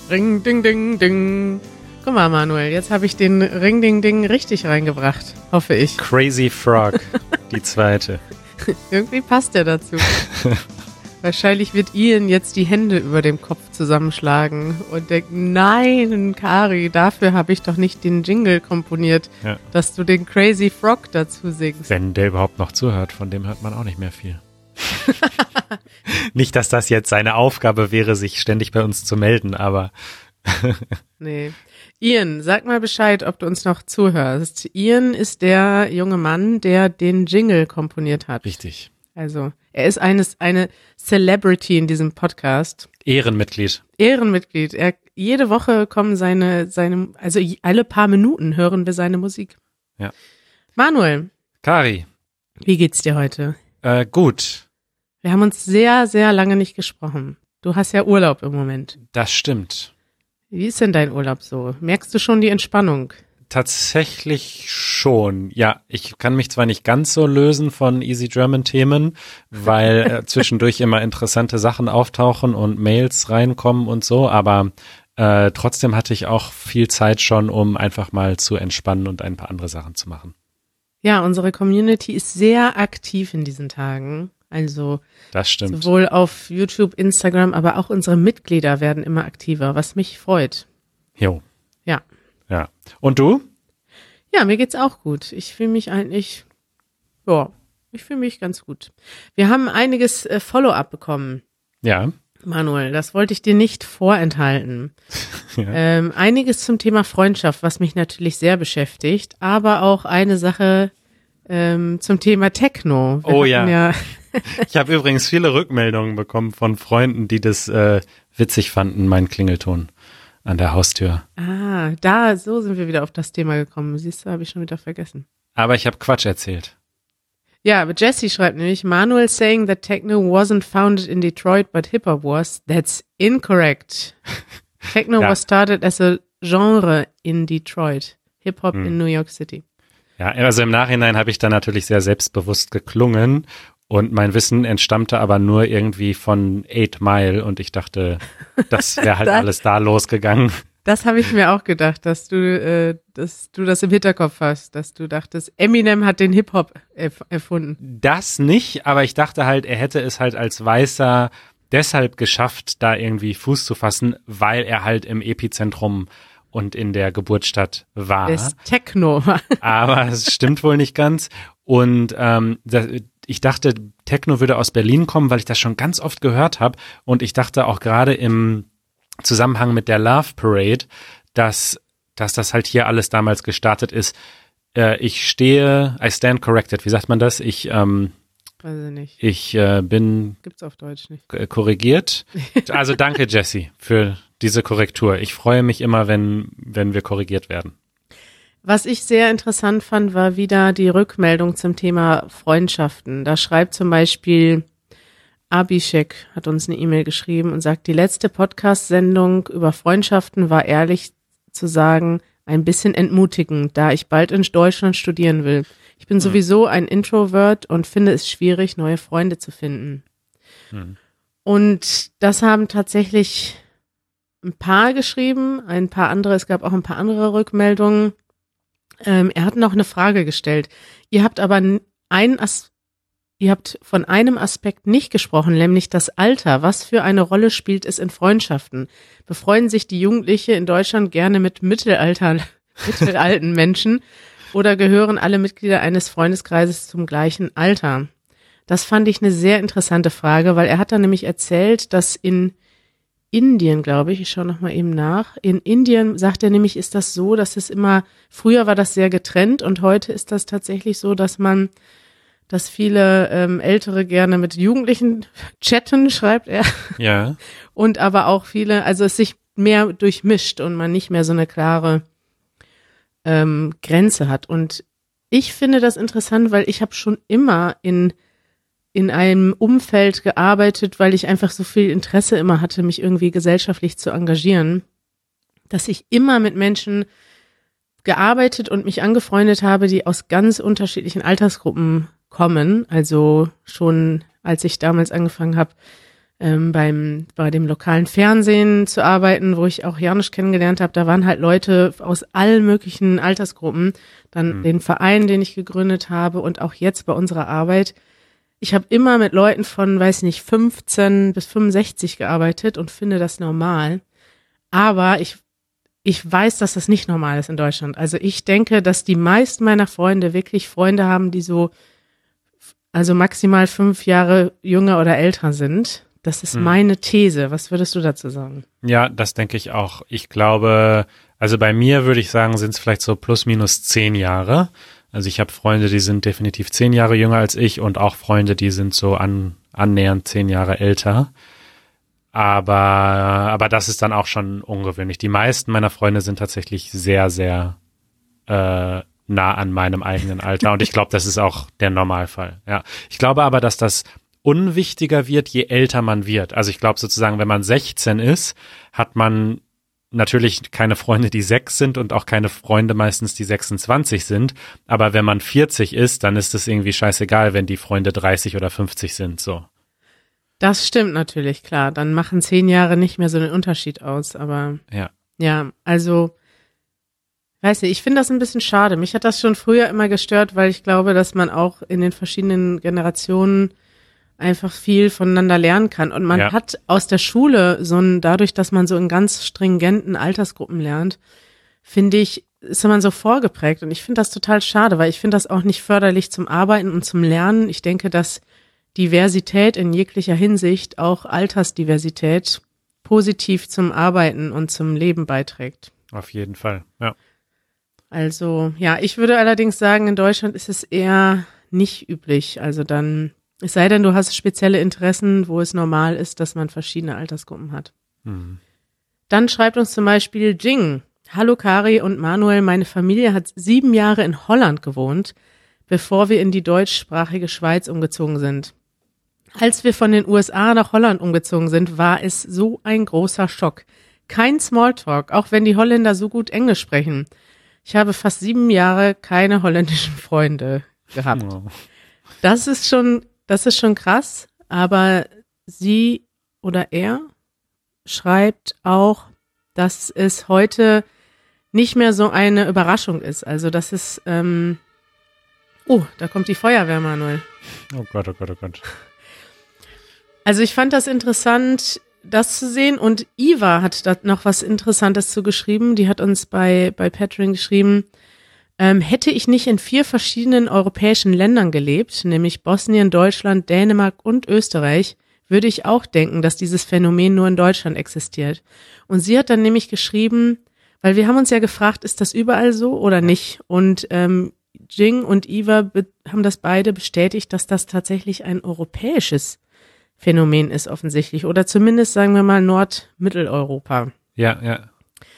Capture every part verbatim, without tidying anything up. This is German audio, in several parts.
Ring, ding, ding, ding. Guck mal, Manuel, jetzt habe ich den Ring, ding, ding richtig reingebracht, hoffe ich. Crazy Frog, die zweite. Irgendwie passt der dazu. Wahrscheinlich wird Ian jetzt die Hände über dem Kopf zusammenschlagen und denken, nein, Kari, dafür habe ich doch nicht den Jingle komponiert, ja. dass du den Crazy Frog dazu singst. Wenn der überhaupt noch zuhört, von dem hört man auch nicht mehr viel. Nicht, dass das jetzt seine Aufgabe wäre, sich ständig bei uns zu melden, aber nee. Ian, sag mal Bescheid, ob du uns noch zuhörst. Ian ist der junge Mann, der den Jingle komponiert hat. Richtig. Also, er ist eines, eine Celebrity in diesem Podcast. Ehrenmitglied. Ehrenmitglied. Er, jede Woche kommen seine, seine, also alle paar Minuten hören wir seine Musik. Ja. Manuel. Kari. Wie geht's dir heute? Äh, gut. Wir haben uns sehr, sehr lange nicht gesprochen. Du hast ja Urlaub im Moment. Das stimmt. Wie ist denn dein Urlaub so? Merkst du schon die Entspannung? Tatsächlich schon. Ja, ich kann mich zwar nicht ganz so lösen von Easy German Themen, weil äh, zwischendurch immer interessante Sachen auftauchen und Mails reinkommen und so, aber äh, trotzdem hatte ich auch viel Zeit schon, um einfach mal zu entspannen und ein paar andere Sachen zu machen. Ja, unsere Community ist sehr aktiv in diesen Tagen. Also das stimmt. Sowohl auf YouTube, Instagram, aber auch unsere Mitglieder werden immer aktiver, was mich freut. Jo. Ja. Ja. Und du? Ja, mir geht's auch gut. Ich fühle mich eigentlich, ja, ich fühle mich ganz gut. Wir haben einiges äh, Follow-up bekommen. Ja. Manuel, das wollte ich dir nicht vorenthalten. ja. ähm, einiges zum Thema Freundschaft, was mich natürlich sehr beschäftigt, aber auch eine Sache ähm, zum Thema Techno. Wir oh ja. ja ich habe übrigens viele Rückmeldungen bekommen von Freunden, die das äh, witzig fanden, mein Klingelton an der Haustür. Ah, da, so sind wir wieder auf das Thema gekommen. Siehst du, habe ich schon wieder vergessen. Aber ich habe Quatsch erzählt. Ja, aber Jesse schreibt nämlich, Manuel saying that techno wasn't founded in Detroit, but hip-hop was. That's incorrect. Techno ja. was started as a genre in Detroit. Hip-hop hm. in New York City. Ja, also im Nachhinein habe ich da natürlich sehr selbstbewusst geklungen. Und mein Wissen entstammte aber nur irgendwie von Eight Mile und ich dachte, das wäre halt das, alles da losgegangen. Das habe ich mir auch gedacht, dass du, äh, dass du das im Hinterkopf hast, dass du dachtest, Eminem hat den Hip-Hop erf- erfunden. Das nicht, aber ich dachte halt, er hätte es halt als Weißer deshalb geschafft, da irgendwie Fuß zu fassen, weil er halt im Epizentrum und in der Geburtsstadt war. Das Techno. Aber es stimmt wohl nicht ganz. Und ähm, das, ich dachte, Techno würde aus Berlin kommen, weil ich das schon ganz oft gehört habe. Und ich dachte auch gerade im Zusammenhang mit der Love Parade, dass, dass das halt hier alles damals gestartet ist. Äh, ich stehe, I stand corrected. Wie sagt man das? Ich, ähm, Weiß ich nicht. Ich äh, bin Gibt's auf Deutsch nicht. korrigiert. Also danke, Jesse, für diese Korrektur. Ich freue mich immer, wenn, wenn wir korrigiert werden. Was ich sehr interessant fand, war wieder die Rückmeldung zum Thema Freundschaften. Da schreibt zum Beispiel Abhishek, hat uns eine E-Mail geschrieben und sagt, die letzte Podcast-Sendung über Freundschaften war ehrlich zu sagen ein bisschen entmutigend, da ich bald in Deutschland studieren will. Ich bin hm. sowieso ein Introvert und finde es schwierig, neue Freunde zu finden. Hm. Und das haben tatsächlich ein paar geschrieben, ein paar andere, es gab auch ein paar andere Rückmeldungen. Ähm, er hat noch eine Frage gestellt. Ihr habt aber einen As- ihr habt von einem Aspekt nicht gesprochen, nämlich das Alter. Was für eine Rolle spielt es in Freundschaften? Befreunden sich die Jugendliche in Deutschland gerne mit Mittelalter, mittelalten Menschen oder gehören alle Mitglieder eines Freundeskreises zum gleichen Alter? Das fand ich eine sehr interessante Frage, weil er hat dann nämlich erzählt, dass in Indien, glaube ich, ich schaue nochmal eben nach, in Indien, sagt er nämlich, ist das so, dass es immer, früher war das sehr getrennt und heute ist das tatsächlich so, dass man, dass viele ähm, Ältere gerne mit Jugendlichen chatten, schreibt er. Ja. Und aber auch viele, also es sich mehr durchmischt und man nicht mehr so eine klare ähm, Grenze hat. Und ich finde das interessant, weil ich habe schon immer in in einem Umfeld gearbeitet, weil ich einfach so viel Interesse immer hatte, mich irgendwie gesellschaftlich zu engagieren, dass ich immer mit Menschen gearbeitet und mich angefreundet habe, die aus ganz unterschiedlichen Altersgruppen kommen. Also schon, als ich damals angefangen habe, ähm, beim bei dem lokalen Fernsehen zu arbeiten, wo ich auch Janusz kennengelernt habe. Da waren halt Leute aus allen möglichen Altersgruppen. Dann mhm. den Verein, den ich gegründet habe und auch jetzt bei unserer Arbeit. Ich habe immer mit Leuten von, weiß nicht, fünfzehn bis fünfundsechzig gearbeitet und finde das normal. Aber ich ich weiß, dass das nicht normal ist in Deutschland. Also ich denke, dass die meisten meiner Freunde wirklich Freunde haben, die so also maximal fünf Jahre jünger oder älter sind. Das ist hm. meine These. Was würdest du dazu sagen? Ja, das denke ich auch. Ich glaube, also bei mir würde ich sagen, sind es vielleicht so plus minus zehn Jahre. Also ich habe Freunde, die sind definitiv zehn Jahre jünger als ich und auch Freunde, die sind so an, annähernd zehn Jahre älter. Aber, aber das ist dann auch schon ungewöhnlich. Die meisten meiner Freunde sind tatsächlich sehr, sehr äh, nah an meinem eigenen Alter. Und ich glaube, das ist auch der Normalfall. Ja, ich glaube aber, dass das unwichtiger wird, je älter man wird. Also ich glaube sozusagen, wenn man sechzehn ist, hat man natürlich keine Freunde, die sechs sind und auch keine Freunde meistens, die sechsundzwanzig sind. Aber wenn man vierzig ist, dann ist es irgendwie scheißegal, wenn die Freunde dreißig oder fünfzig sind, so. Das stimmt natürlich, klar. Dann machen zehn Jahre nicht mehr so einen Unterschied aus, aber ja, ja, also, weiß nicht, ich finde das ein bisschen schade. Mich hat das schon früher immer gestört, weil ich glaube, dass man auch in den verschiedenen Generationen einfach viel voneinander lernen kann. Und man ja. hat aus der Schule so ein, dadurch, dass man so in ganz stringenten Altersgruppen lernt, finde ich, ist man so vorgeprägt. Und ich finde das total schade, weil ich finde das auch nicht förderlich zum Arbeiten und zum Lernen. Ich denke, dass Diversität in jeglicher Hinsicht, auch Altersdiversität, positiv zum Arbeiten und zum Leben beiträgt. Auf jeden Fall, ja. Also, ja, ich würde allerdings sagen, in Deutschland ist es eher nicht üblich. Also dann, es sei denn, du hast spezielle Interessen, wo es normal ist, dass man verschiedene Altersgruppen hat. Mhm. Dann schreibt uns zum Beispiel Jing. Hallo Kari und Manuel, meine Familie hat sieben Jahre in Holland gewohnt, bevor wir in die deutschsprachige Schweiz umgezogen sind. Als wir von den U S A nach Holland umgezogen sind, war es so ein großer Schock. Kein Smalltalk, auch wenn die Holländer so gut Englisch sprechen. Ich habe fast sieben Jahre keine holländischen Freunde gehabt. Oh. Das ist schon, das ist schon krass, aber sie oder er schreibt auch, dass es heute nicht mehr so eine Überraschung ist. Also das ist, ähm, oh, da kommt die Feuerwehr, Manuel. Oh Gott, oh Gott, oh Gott. Also ich fand das interessant, das zu sehen, und Iva hat da noch was Interessantes zu geschrieben. Die hat uns bei bei Patreon geschrieben, ähm, hätte ich nicht in vier verschiedenen europäischen Ländern gelebt, nämlich Bosnien, Deutschland, Dänemark und Österreich, würde ich auch denken, dass dieses Phänomen nur in Deutschland existiert. Und sie hat dann nämlich geschrieben, weil wir haben uns ja gefragt, ist das überall so oder nicht? Und ähm, Jing und Iva be- haben das beide bestätigt, dass das tatsächlich ein europäisches Phänomen ist offensichtlich, oder zumindest sagen wir mal Nord-Mitteleuropa. Ja, ja.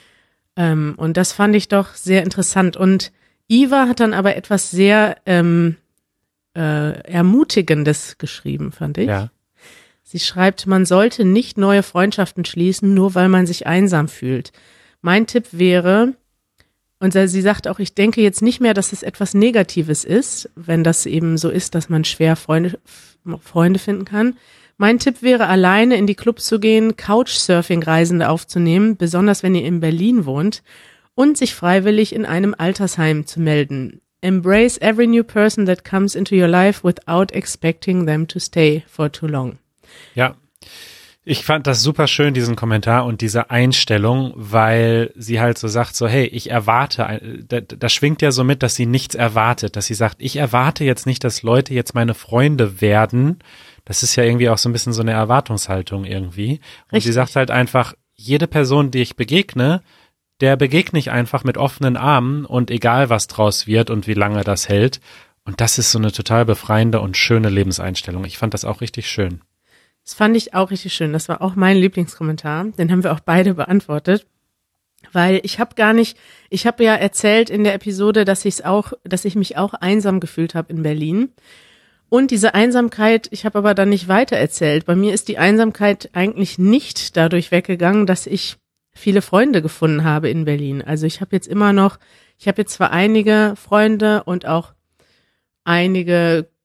Ähm, und das fand ich doch sehr interessant. Und Iva hat dann aber etwas sehr ähm, äh, Ermutigendes geschrieben, fand ich. Ja. Sie schreibt, man sollte nicht neue Freundschaften schließen, nur weil man sich einsam fühlt. Mein Tipp wäre, und sie sagt auch, ich denke jetzt nicht mehr, dass es etwas Negatives ist, wenn das eben so ist, dass man schwer Freunde, Freunde finden kann. Mein Tipp wäre, alleine in die Clubs zu gehen, Couchsurfing-Reisende aufzunehmen, besonders wenn ihr in Berlin wohnt, und sich freiwillig in einem Altersheim zu melden. Embrace every new person that comes into your life without expecting them to stay for too long. Ja, ich fand das super schön, diesen Kommentar und diese Einstellung, weil sie halt so sagt, so hey, ich erwarte, da, da schwingt ja so mit, dass sie nichts erwartet, dass sie sagt, ich erwarte jetzt nicht, dass Leute jetzt meine Freunde werden. Das ist ja irgendwie auch so ein bisschen so eine Erwartungshaltung irgendwie. Und Richtig. Sie sagt halt einfach, jede Person, die ich begegne, der begegne ich einfach mit offenen Armen und egal, was draus wird und wie lange das hält. Und das ist so eine total befreiende und schöne Lebenseinstellung. Ich fand das auch richtig schön. Das fand ich auch richtig schön. Das war auch mein Lieblingskommentar. Den haben wir auch beide beantwortet. Weil ich habe gar nicht, ich habe ja erzählt in der Episode, dass ich es auch, dass ich mich auch einsam gefühlt habe in Berlin. Und diese Einsamkeit, ich habe aber dann nicht weiter erzählt. Bei mir ist die Einsamkeit eigentlich nicht dadurch weggegangen, dass ich viele Freunde gefunden habe in Berlin. Also ich habe jetzt immer noch, ich habe jetzt zwar einige Freunde und auch einige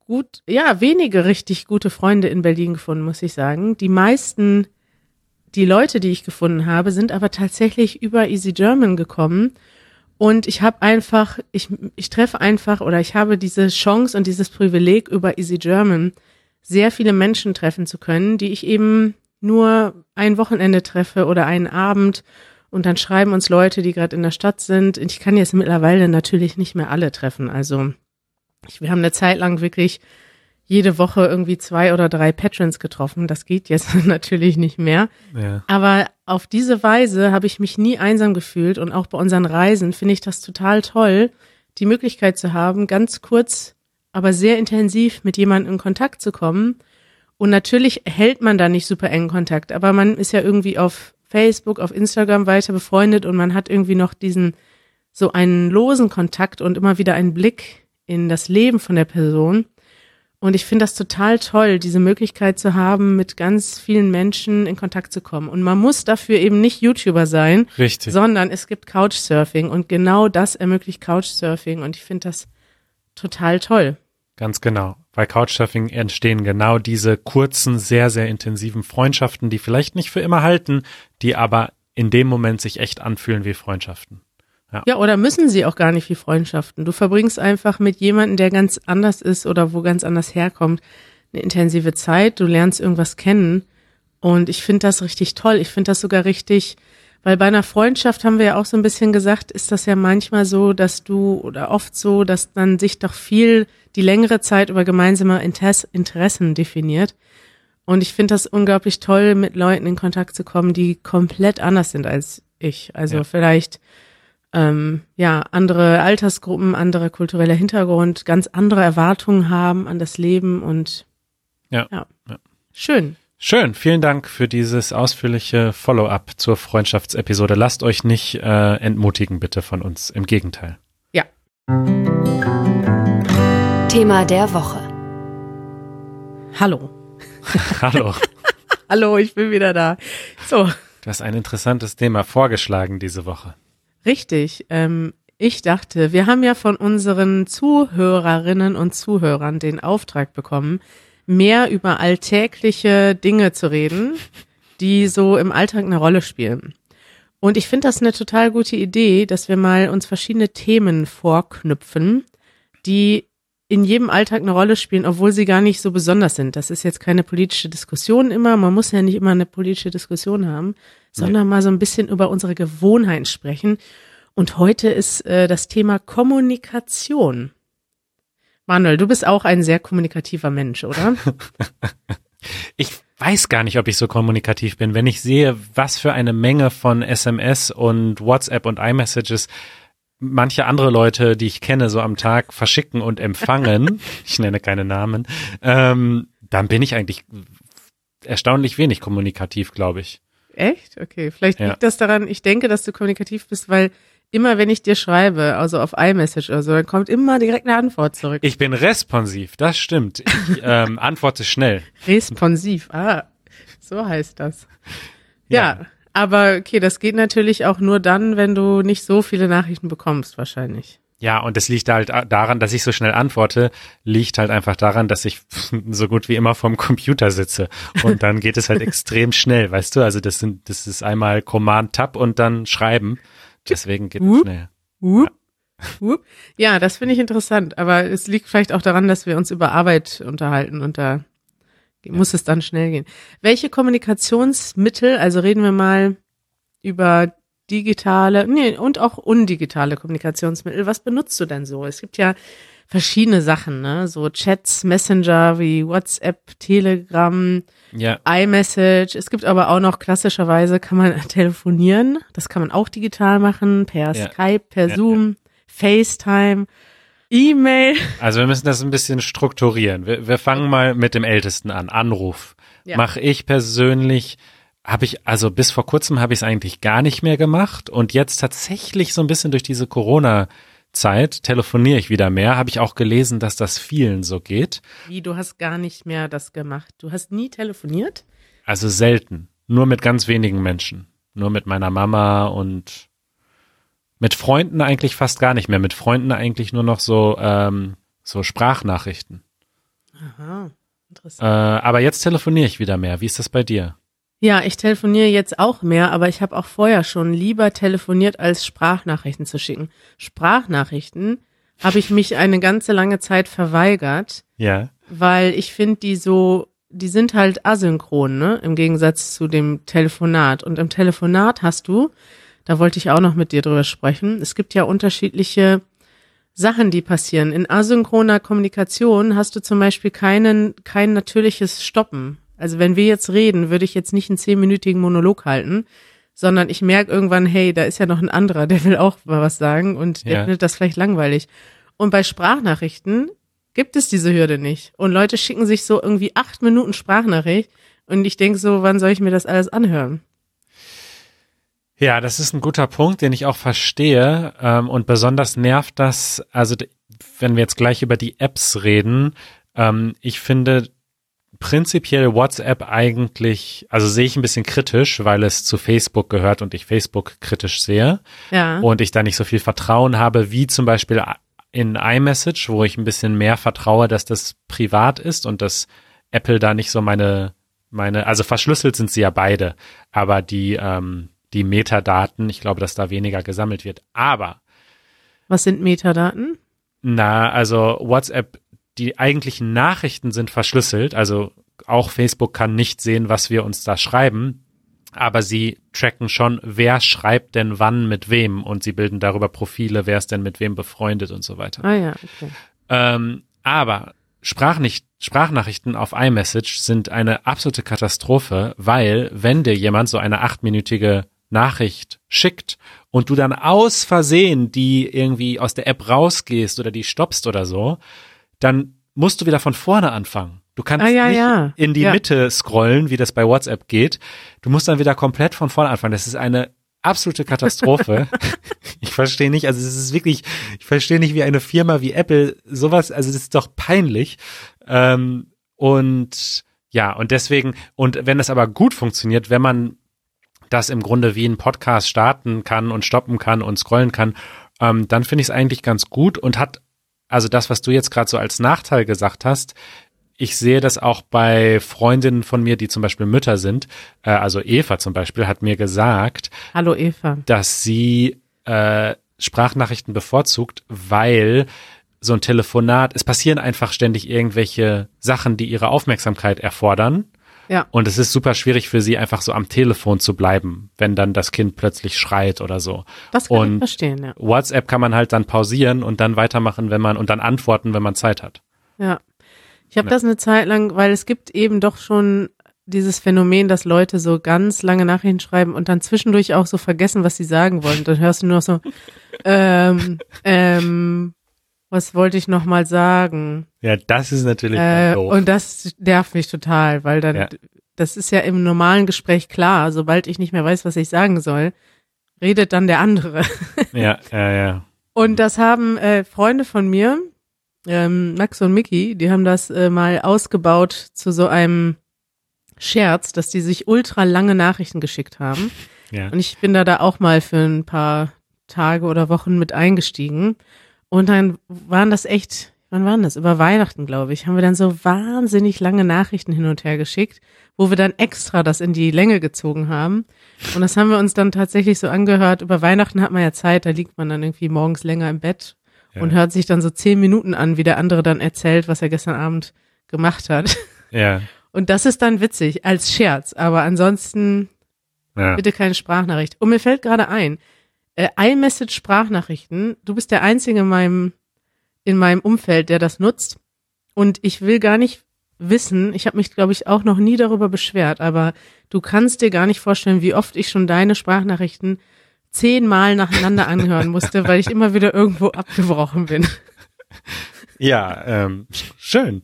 gut, ja, wenige richtig gute Freunde in Berlin gefunden, muss ich sagen. Die meisten, die Leute, die ich gefunden habe, sind aber tatsächlich über Easy German gekommen. Und ich habe einfach, ich, ich treffe einfach oder ich habe diese Chance und dieses Privileg, über Easy German sehr viele Menschen treffen zu können, die ich eben nur ein Wochenende treffe oder einen Abend. Und dann schreiben uns Leute, die gerade in der Stadt sind. Ich kann jetzt mittlerweile natürlich nicht mehr alle treffen. Also ich, wir haben eine Zeit lang wirklich jede Woche irgendwie zwei oder drei Patrons getroffen. Das geht jetzt natürlich nicht mehr. Ja. Aber auf diese Weise habe ich mich nie einsam gefühlt. Und auch bei unseren Reisen finde ich das total toll, die Möglichkeit zu haben, ganz kurz, aber sehr intensiv mit jemandem in Kontakt zu kommen. Und natürlich hält man da nicht super engen Kontakt, aber man ist ja irgendwie auf Facebook, auf Instagram weiter befreundet und man hat irgendwie noch diesen, so einen losen Kontakt und immer wieder einen Blick in das Leben von der Person. Und ich finde das total toll, diese Möglichkeit zu haben, mit ganz vielen Menschen in Kontakt zu kommen. Und man muss dafür eben nicht YouTuber sein, Richtig. sondern es gibt Couchsurfing und genau das ermöglicht Couchsurfing und ich finde das total toll. Ganz genau. Bei Couchsurfing entstehen genau diese kurzen, sehr, sehr intensiven Freundschaften, die vielleicht nicht für immer halten, die aber in dem Moment sich echt anfühlen wie Freundschaften. Ja. Ja, oder müssen sie auch gar nicht wie Freundschaften. Du verbringst einfach mit jemandem, der ganz anders ist oder wo ganz anders herkommt, eine intensive Zeit. Du lernst irgendwas kennen und ich finde das richtig toll. Ich finde das sogar richtig, weil bei einer Freundschaft haben wir ja auch so ein bisschen gesagt, ist das ja manchmal so, dass du oder oft so, dass dann sich doch viel die längere Zeit über gemeinsame Interessen definiert. Und ich finde das unglaublich toll, mit Leuten in Kontakt zu kommen, die komplett anders sind als ich. Also Ja. vielleicht ähm, ja andere Altersgruppen, anderer kultureller Hintergrund, ganz andere Erwartungen haben an das Leben und Ja. ja. Ja. Schön. Schön, vielen Dank für dieses ausführliche Follow-up zur Freundschaftsepisode. Lasst euch nicht äh, entmutigen, bitte, von uns. Im Gegenteil. Ja. Thema der Woche. Hallo. Hallo. Hallo, ich bin wieder da. So. Du hast ein interessantes Thema vorgeschlagen diese Woche. Richtig. Ähm, ich dachte, wir haben ja von unseren Zuhörerinnen und Zuhörern den Auftrag bekommen, mehr über alltägliche Dinge zu reden, die so im Alltag eine Rolle spielen. Und ich finde das eine total gute Idee, dass wir mal uns verschiedene Themen vorknüpfen, die in jedem Alltag eine Rolle spielen, obwohl sie gar nicht so besonders sind. Das ist jetzt keine politische Diskussion immer, man muss ja nicht immer eine politische Diskussion haben, sondern nee. mal so ein bisschen über unsere Gewohnheiten sprechen. Und heute ist äh, das Thema Kommunikation. Manuel, du bist auch ein sehr kommunikativer Mensch, oder? Ich weiß gar nicht, ob ich so kommunikativ bin. Wenn ich sehe, was für eine Menge von S M S und WhatsApp und iMessages manche andere Leute, die ich kenne, so am Tag verschicken und empfangen, ich nenne keine Namen, ähm, dann bin ich eigentlich erstaunlich wenig kommunikativ, glaube ich. Echt? Okay, vielleicht Ja. liegt das daran, ich denke, dass du kommunikativ bist, weil immer, wenn ich dir schreibe, also auf iMessage oder so, dann kommt immer direkt eine Antwort zurück. Ich bin responsiv, das stimmt. Ich ähm, antworte schnell. Responsiv, ah, so heißt das. Ja. Ja. Aber okay, das geht natürlich auch nur dann, wenn du nicht so viele Nachrichten bekommst, wahrscheinlich. Ja, und das liegt halt daran, dass ich so schnell antworte, liegt halt einfach daran, dass ich so gut wie immer vorm Computer sitze. Und dann geht es halt extrem schnell, weißt du? Also das sind, das ist einmal Command-Tab und dann schreiben. Deswegen geht es schnell. Whoop. Whoop. Ja, das finde ich interessant. Aber es liegt vielleicht auch daran, dass wir uns über Arbeit unterhalten und da muss es dann schnell gehen. Welche Kommunikationsmittel, also reden wir mal über digitale, nee, und auch undigitale Kommunikationsmittel, was benutzt du denn so? Es gibt ja verschiedene Sachen, ne, so Chats, Messenger wie WhatsApp, Telegram, Ja. iMessage. Es gibt aber auch noch klassischerweise kann man telefonieren, das kann man auch digital machen, per Ja. Skype, per Ja, Zoom, FaceTime, E-Mail. Also wir müssen das ein bisschen strukturieren. Wir, wir fangen mal mit dem Ältesten an. Anruf. Ja. Mache ich persönlich, habe ich, also bis vor kurzem habe ich es eigentlich gar nicht mehr gemacht und jetzt tatsächlich so ein bisschen durch diese Corona-Zeit telefoniere ich wieder mehr. Habe ich auch gelesen, dass das vielen so geht. Wie, du hast gar nicht mehr das gemacht? Du hast nie telefoniert? Also selten. Nur mit ganz wenigen Menschen. Nur mit meiner Mama und mit Freunden eigentlich fast gar nicht mehr. Mit Freunden eigentlich nur noch so, ähm, so Sprachnachrichten. Aha, interessant. Äh, aber jetzt telefoniere ich wieder mehr. Wie ist das bei dir? Ja, ich telefoniere jetzt auch mehr, aber ich habe auch vorher schon lieber telefoniert, als Sprachnachrichten zu schicken. Sprachnachrichten habe ich mich eine ganze lange Zeit verweigert, Ja. weil ich finde, die so, die sind halt asynchron, ne, im Gegensatz zu dem Telefonat. Und im Telefonat hast du, da wollte ich auch noch mit dir drüber sprechen, es gibt ja unterschiedliche Sachen, die passieren. In asynchroner Kommunikation hast du zum Beispiel keinen, kein natürliches Stoppen. Also wenn wir jetzt reden, würde ich jetzt nicht einen zehnminütigen Monolog halten, sondern ich merke irgendwann, hey, da ist ja noch ein anderer, der will auch mal was sagen und der Ja. findet das vielleicht langweilig. Und bei Sprachnachrichten gibt es diese Hürde nicht. Und Leute schicken sich so irgendwie acht Minuten Sprachnachricht und ich denke so, wann soll ich mir das alles anhören? Ja, das ist ein guter Punkt, den ich auch verstehe. Ähm, und besonders nervt das, also d- wenn wir jetzt gleich über die Apps reden, ähm, ich finde prinzipiell WhatsApp eigentlich, also sehe ich ein bisschen kritisch, weil es zu Facebook gehört und ich Facebook kritisch sehe Ja. und ich da nicht so viel Vertrauen habe, wie zum Beispiel in iMessage, wo ich ein bisschen mehr vertraue, dass das privat ist und dass Apple da nicht so meine, meine, also verschlüsselt sind sie ja beide, aber die, ähm, die Metadaten, ich glaube, dass da weniger gesammelt wird. Aber, Was sind Metadaten? na, also WhatsApp, die eigentlichen Nachrichten sind verschlüsselt, also auch Facebook kann nicht sehen, was wir uns da schreiben, aber sie tracken schon, wer schreibt denn wann mit wem und sie bilden darüber Profile, wer ist denn mit wem befreundet und so weiter. Ah ja, okay. Ähm, aber Sprachnich- Sprachnachrichten auf iMessage sind eine absolute Katastrophe, weil wenn dir jemand so eine achtminütige Nachricht schickt und du dann aus Versehen die irgendwie aus der App rausgehst oder die stoppst oder so, dann musst du wieder von vorne anfangen. Du kannst Ah, ja, nicht ja. in die Ja. Mitte scrollen, wie das bei WhatsApp geht. Du musst dann wieder komplett von vorne anfangen. Das ist eine absolute Katastrophe. Ich verstehe nicht, also es ist wirklich, ich verstehe nicht, wie eine Firma wie Apple sowas, also das ist doch peinlich. Ähm, und ja, und deswegen, und wenn das aber gut funktioniert, wenn man das im Grunde wie ein Podcast starten kann und stoppen kann und scrollen kann, ähm, dann finde ich es eigentlich ganz gut und hat, also das, was du jetzt gerade so als Nachteil gesagt hast, ich sehe das auch bei Freundinnen von mir, die zum Beispiel Mütter sind, äh, also Eva zum Beispiel hat mir gesagt, Hallo Eva. dass sie äh, Sprachnachrichten bevorzugt, weil so ein Telefonat, es passieren einfach ständig irgendwelche Sachen, die ihre Aufmerksamkeit erfordern. Ja. Und es ist super schwierig für sie, einfach so am Telefon zu bleiben, wenn dann das Kind plötzlich schreit oder so. Das kann Und ich verstehen, ja. WhatsApp kann man halt dann pausieren und dann weitermachen, wenn man und dann antworten, wenn man Zeit hat. Ja. Ich habe Ja. das eine Zeit lang, weil es gibt eben doch schon dieses Phänomen, dass Leute so ganz lange Nachrichten schreiben und dann zwischendurch auch so vergessen, was sie sagen wollen. Dann hörst du nur noch so, ähm, ähm, was wollte ich noch mal sagen? Ja, das ist natürlich Äh, doof. und das nervt mich total, weil dann, Ja. das ist ja im normalen Gespräch klar, sobald ich nicht mehr weiß, was ich sagen soll, redet dann der andere. Ja, ja, ja. Und das haben äh, Freunde von mir, ähm, Max und Mickey, die haben das äh, mal ausgebaut zu so einem Scherz, dass die sich ultra lange Nachrichten geschickt haben. Ja. Und ich bin da da auch mal für ein paar Tage oder Wochen mit eingestiegen. Und dann waren das echt, wann waren das? Über Weihnachten, glaube ich, haben wir dann so wahnsinnig lange Nachrichten hin und her geschickt, wo wir dann extra das in die Länge gezogen haben. Und das haben wir uns dann tatsächlich so angehört. Über Weihnachten hat man ja Zeit, da liegt man dann irgendwie morgens länger im Bett Ja. und hört sich dann so zehn Minuten an, wie der andere dann erzählt, was er gestern Abend gemacht hat. Ja. Und das ist dann witzig, als Scherz. Aber ansonsten Ja. bitte keine Sprachnachricht. Und mir fällt gerade ein, äh, iMessage-Sprachnachrichten, du bist der Einzige in meinem, in meinem Umfeld, der das nutzt. Und ich will gar nicht wissen, ich habe mich, glaube ich, auch noch nie darüber beschwert, aber du kannst dir gar nicht vorstellen, wie oft ich schon deine Sprachnachrichten zehnmal nacheinander anhören musste, weil ich immer wieder irgendwo abgebrochen bin. Ja, ähm, schön.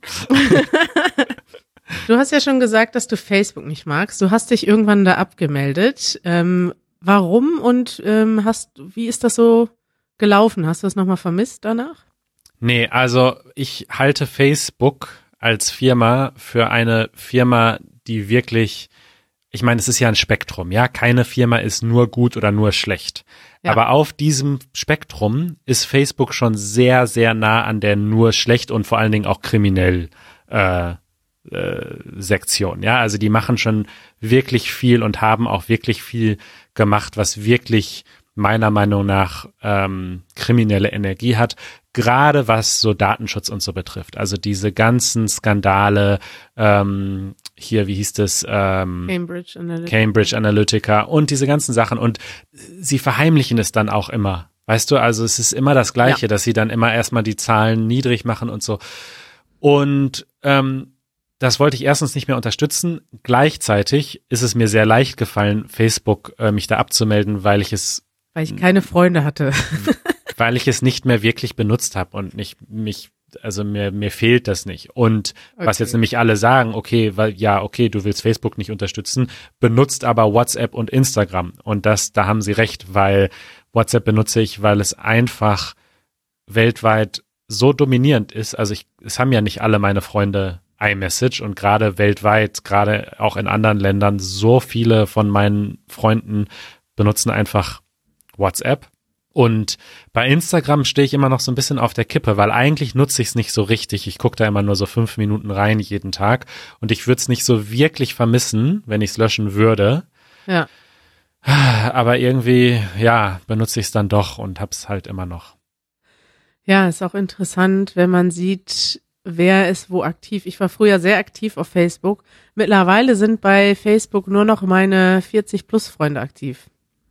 Du hast ja schon gesagt, dass du Facebook nicht magst. Du hast dich irgendwann da abgemeldet. Ähm, warum und ähm, hast, wie ist das so gelaufen? Hast du das nochmal vermisst danach? Nee, also ich halte Facebook als Firma für eine Firma, die wirklich, ich meine, es ist ja ein Spektrum, ja, keine Firma ist nur gut oder nur schlecht. Ja. Aber auf diesem Spektrum ist Facebook schon sehr, sehr nah an der nur schlecht und vor allen Dingen auch kriminell äh, äh, Sektion. Ja, also die machen schon wirklich viel und haben auch wirklich viel gemacht, was wirklich meiner Meinung nach ähm, kriminelle Energie hat, gerade was so Datenschutz und so betrifft. Also diese ganzen Skandale, ähm, hier, wie hieß das? Ähm, Cambridge Analytica. Cambridge Analytica und diese ganzen Sachen. Und sie verheimlichen es dann auch immer. Weißt du, also es ist immer das Gleiche, ja. dass sie dann immer erstmal die Zahlen niedrig machen und so. Und ähm, das wollte ich erstens nicht mehr unterstützen. Gleichzeitig ist es mir sehr leicht gefallen, Facebook äh, mich da abzumelden, weil ich es Weil ich keine Freunde hatte. weil ich es nicht mehr wirklich benutzt habe und nicht mich, also mir mir fehlt das nicht. Und okay. was jetzt nämlich alle sagen, okay, weil ja, okay, du willst Facebook nicht unterstützen, benutzt aber WhatsApp und Instagram. Und das, da haben sie recht, weil WhatsApp benutze ich, weil es einfach weltweit so dominierend ist. Also ich, es haben ja nicht alle meine Freunde iMessage und gerade weltweit, gerade auch in anderen Ländern, so viele von meinen Freunden benutzen einfach WhatsApp. Und bei Instagram stehe ich immer noch so ein bisschen auf der Kippe, weil eigentlich nutze ich es nicht so richtig. Ich gucke da immer nur so fünf Minuten rein jeden Tag und ich würde es nicht so wirklich vermissen, wenn ich es löschen würde. Ja. Aber irgendwie, ja, benutze ich es dann doch und habe es halt immer noch. Ja, ist auch interessant, wenn man sieht, wer ist wo aktiv. Ich war früher sehr aktiv auf Facebook. Mittlerweile sind bei Facebook nur noch meine vierzig-plus-Freunde aktiv.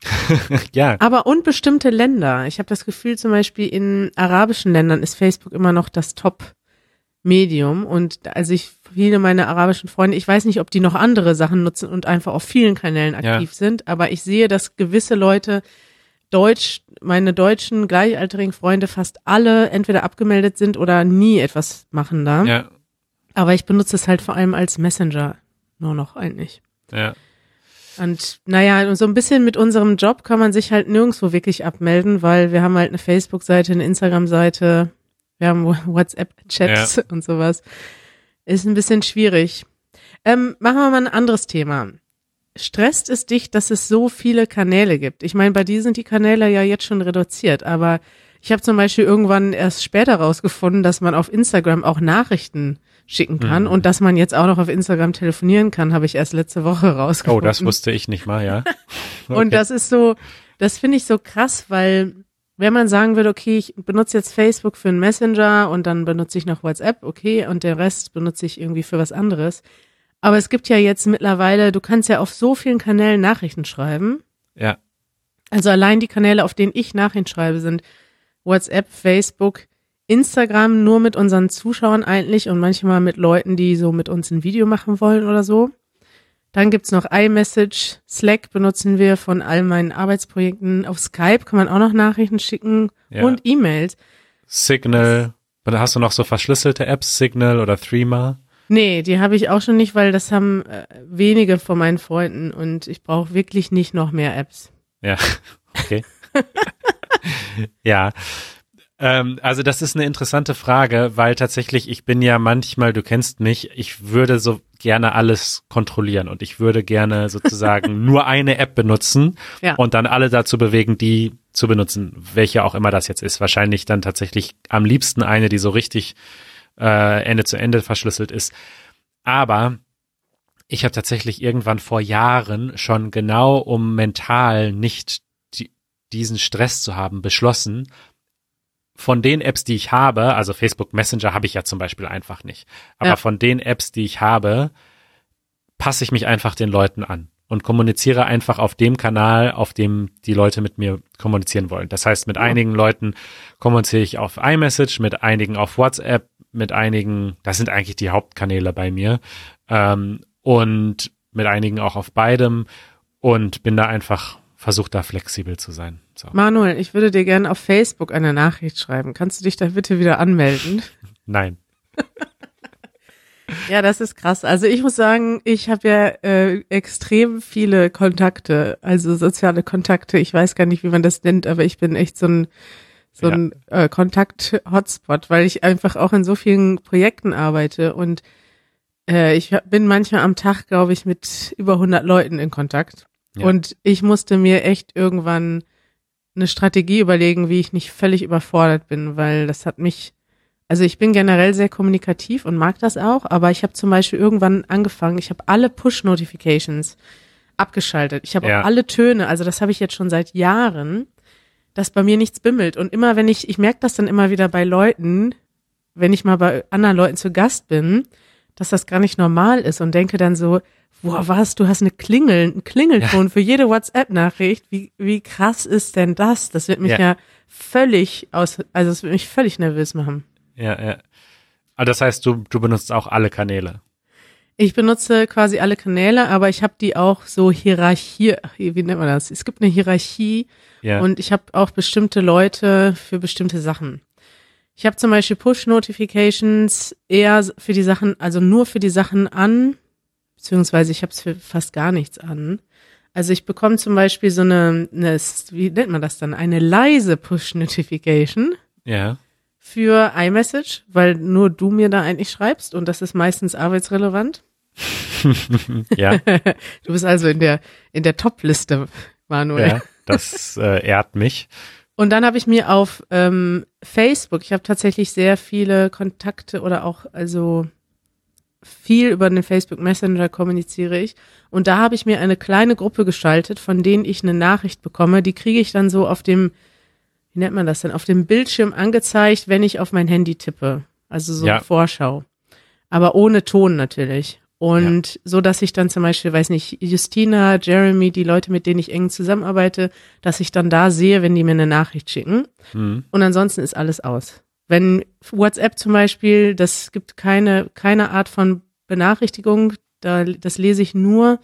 Ja. Aber und bestimmte Länder. Ich habe das Gefühl, zum Beispiel in arabischen Ländern ist Facebook immer noch das Top-Medium. Und also ich, viele meiner arabischen Freunde, ich weiß nicht, ob die noch andere Sachen nutzen und einfach auf vielen Kanälen aktiv ja. sind, aber ich sehe, dass gewisse Leute Deutsch, meine deutschen gleichaltrigen Freunde fast alle entweder abgemeldet sind oder nie etwas machen da. Ja. Aber ich benutze es halt vor allem als Messenger nur noch eigentlich. Ja. Und naja, so ein bisschen mit unserem Job kann man sich halt nirgendwo wirklich abmelden, weil wir haben halt eine Facebook-Seite, eine Instagram-Seite, wir haben WhatsApp-Chats ja. und sowas. Ist ein bisschen schwierig. Ähm, machen wir mal ein anderes Thema. Stresst es dich, dass es so viele Kanäle gibt? Ich meine, bei dir sind die Kanäle ja jetzt schon reduziert, aber ich habe zum Beispiel irgendwann erst später rausgefunden, dass man auf Instagram auch Nachrichten schicken kann mhm. und dass man jetzt auch noch auf Instagram telefonieren kann, habe ich erst letzte Woche rausgefunden. Oh, das wusste ich nicht mal, ja. Okay. Und das ist so, das finde ich so krass, weil wenn man sagen würde, okay, ich benutze jetzt Facebook für einen Messenger und dann benutze ich noch WhatsApp, okay, und den Rest benutze ich irgendwie für was anderes. Aber es gibt ja jetzt mittlerweile, du kannst ja auf so vielen Kanälen Nachrichten schreiben. Ja. Also allein die Kanäle, auf denen ich Nachrichten schreibe, sind WhatsApp, Facebook, Instagram nur mit unseren Zuschauern eigentlich und manchmal mit Leuten, die so mit uns ein Video machen wollen oder so. Dann gibt's noch iMessage, Slack benutzen wir von all meinen Arbeitsprojekten. Auf Skype kann man auch noch Nachrichten schicken ja. und E-Mails. Signal, oder hast du noch so verschlüsselte Apps, Signal oder Threema? Nee, die habe ich auch schon nicht, weil das haben äh, wenige von meinen Freunden und ich brauche wirklich nicht noch mehr Apps. Ja, okay. Ja. Ähm, also das ist eine interessante Frage, weil tatsächlich, ich bin ja manchmal, du kennst mich, ich würde so gerne alles kontrollieren und ich würde gerne sozusagen nur eine App benutzen ja. und dann alle dazu bewegen, die zu benutzen, welche auch immer das jetzt ist. Wahrscheinlich dann tatsächlich am liebsten eine, die so richtig äh, Ende zu Ende verschlüsselt ist. Aber ich habe tatsächlich irgendwann vor Jahren schon genau, um mental nicht die, diesen Stress zu haben, beschlossen, von den Apps, die ich habe, also Facebook Messenger habe ich ja zum Beispiel einfach nicht, aber ja. von den Apps, die ich habe, passe ich mich einfach den Leuten an und kommuniziere einfach auf dem Kanal, auf dem die Leute mit mir kommunizieren wollen. Das heißt, mit ja. einigen Leuten kommuniziere ich auf iMessage, mit einigen auf WhatsApp, mit einigen, das sind eigentlich die Hauptkanäle bei mir, ähm, und mit einigen auch auf beidem und bin da einfach versucht, da flexibel zu sein. So. Manuel, ich würde dir gerne auf Facebook eine Nachricht schreiben. Kannst du dich da bitte wieder anmelden? Nein. Ja, das ist krass. Also ich muss sagen, ich habe ja äh, extrem viele Kontakte, also soziale Kontakte. Ich weiß gar nicht, wie man das nennt, aber ich bin echt so ein so ja. ein äh, Kontakt-Hotspot, weil ich einfach auch in so vielen Projekten arbeite und äh, ich bin manchmal am Tag, glaube ich, mit über hundert Leuten in Kontakt. Ja. Und ich musste mir echt irgendwann eine Strategie überlegen, wie ich nicht völlig überfordert bin, weil das hat mich, Also ich bin generell sehr kommunikativ und mag das auch, aber ich habe zum Beispiel irgendwann angefangen, ich habe alle Push-Notifications abgeschaltet. Ich habe Ja. auch alle Töne, also das habe ich jetzt schon seit Jahren, dass bei mir nichts bimmelt. Und immer wenn ich, ich merke das dann immer wieder bei Leuten, wenn ich mal bei anderen Leuten zu Gast bin, dass das gar nicht normal ist und denke dann so, boah, was, du hast eine Klingel, einen Klingelton Ja. für jede WhatsApp-Nachricht. Wie, wie krass ist denn das? Das wird mich ja, Ja. völlig aus, also es wird mich völlig nervös machen. Ja, ja. Aber das heißt, du, du benutzt auch alle Kanäle. Ich benutze quasi alle Kanäle, aber ich habe die auch so Hierarchie, wie nennt man das? Es gibt eine Hierarchie Ja. und ich habe auch bestimmte Leute für bestimmte Sachen. Ich habe zum Beispiel Push-Notifications eher für die Sachen, also nur für die Sachen an, beziehungsweise ich habe es für fast gar nichts an. Also ich bekomme zum Beispiel so eine, eine, wie nennt man das dann, eine leise Push-Notification ja. für iMessage, weil nur du mir da eigentlich schreibst und das ist meistens arbeitsrelevant. Ja. Du bist also in der in der Top-Liste, Manuel. Ja. Das äh, ehrt mich. Und dann habe ich mir auf ähm, Facebook, ich habe tatsächlich sehr viele Kontakte oder auch also viel über den Facebook Messenger kommuniziere ich. Und da habe ich mir eine kleine Gruppe geschaltet, von denen ich eine Nachricht bekomme. Die kriege ich dann so auf dem, wie nennt man das denn, auf dem Bildschirm angezeigt, wenn ich auf mein Handy tippe. Also so Ja. eine Vorschau. Aber ohne Ton natürlich. Und so, dass ich dann zum Beispiel, weiß nicht, Justina, Jeremy, die Leute, mit denen ich eng zusammenarbeite, dass ich dann da sehe, wenn die mir eine Nachricht schicken. Mhm. Und ansonsten ist alles aus. Wenn WhatsApp zum Beispiel, das gibt keine, keine Art von Benachrichtigung, da, das lese ich nur,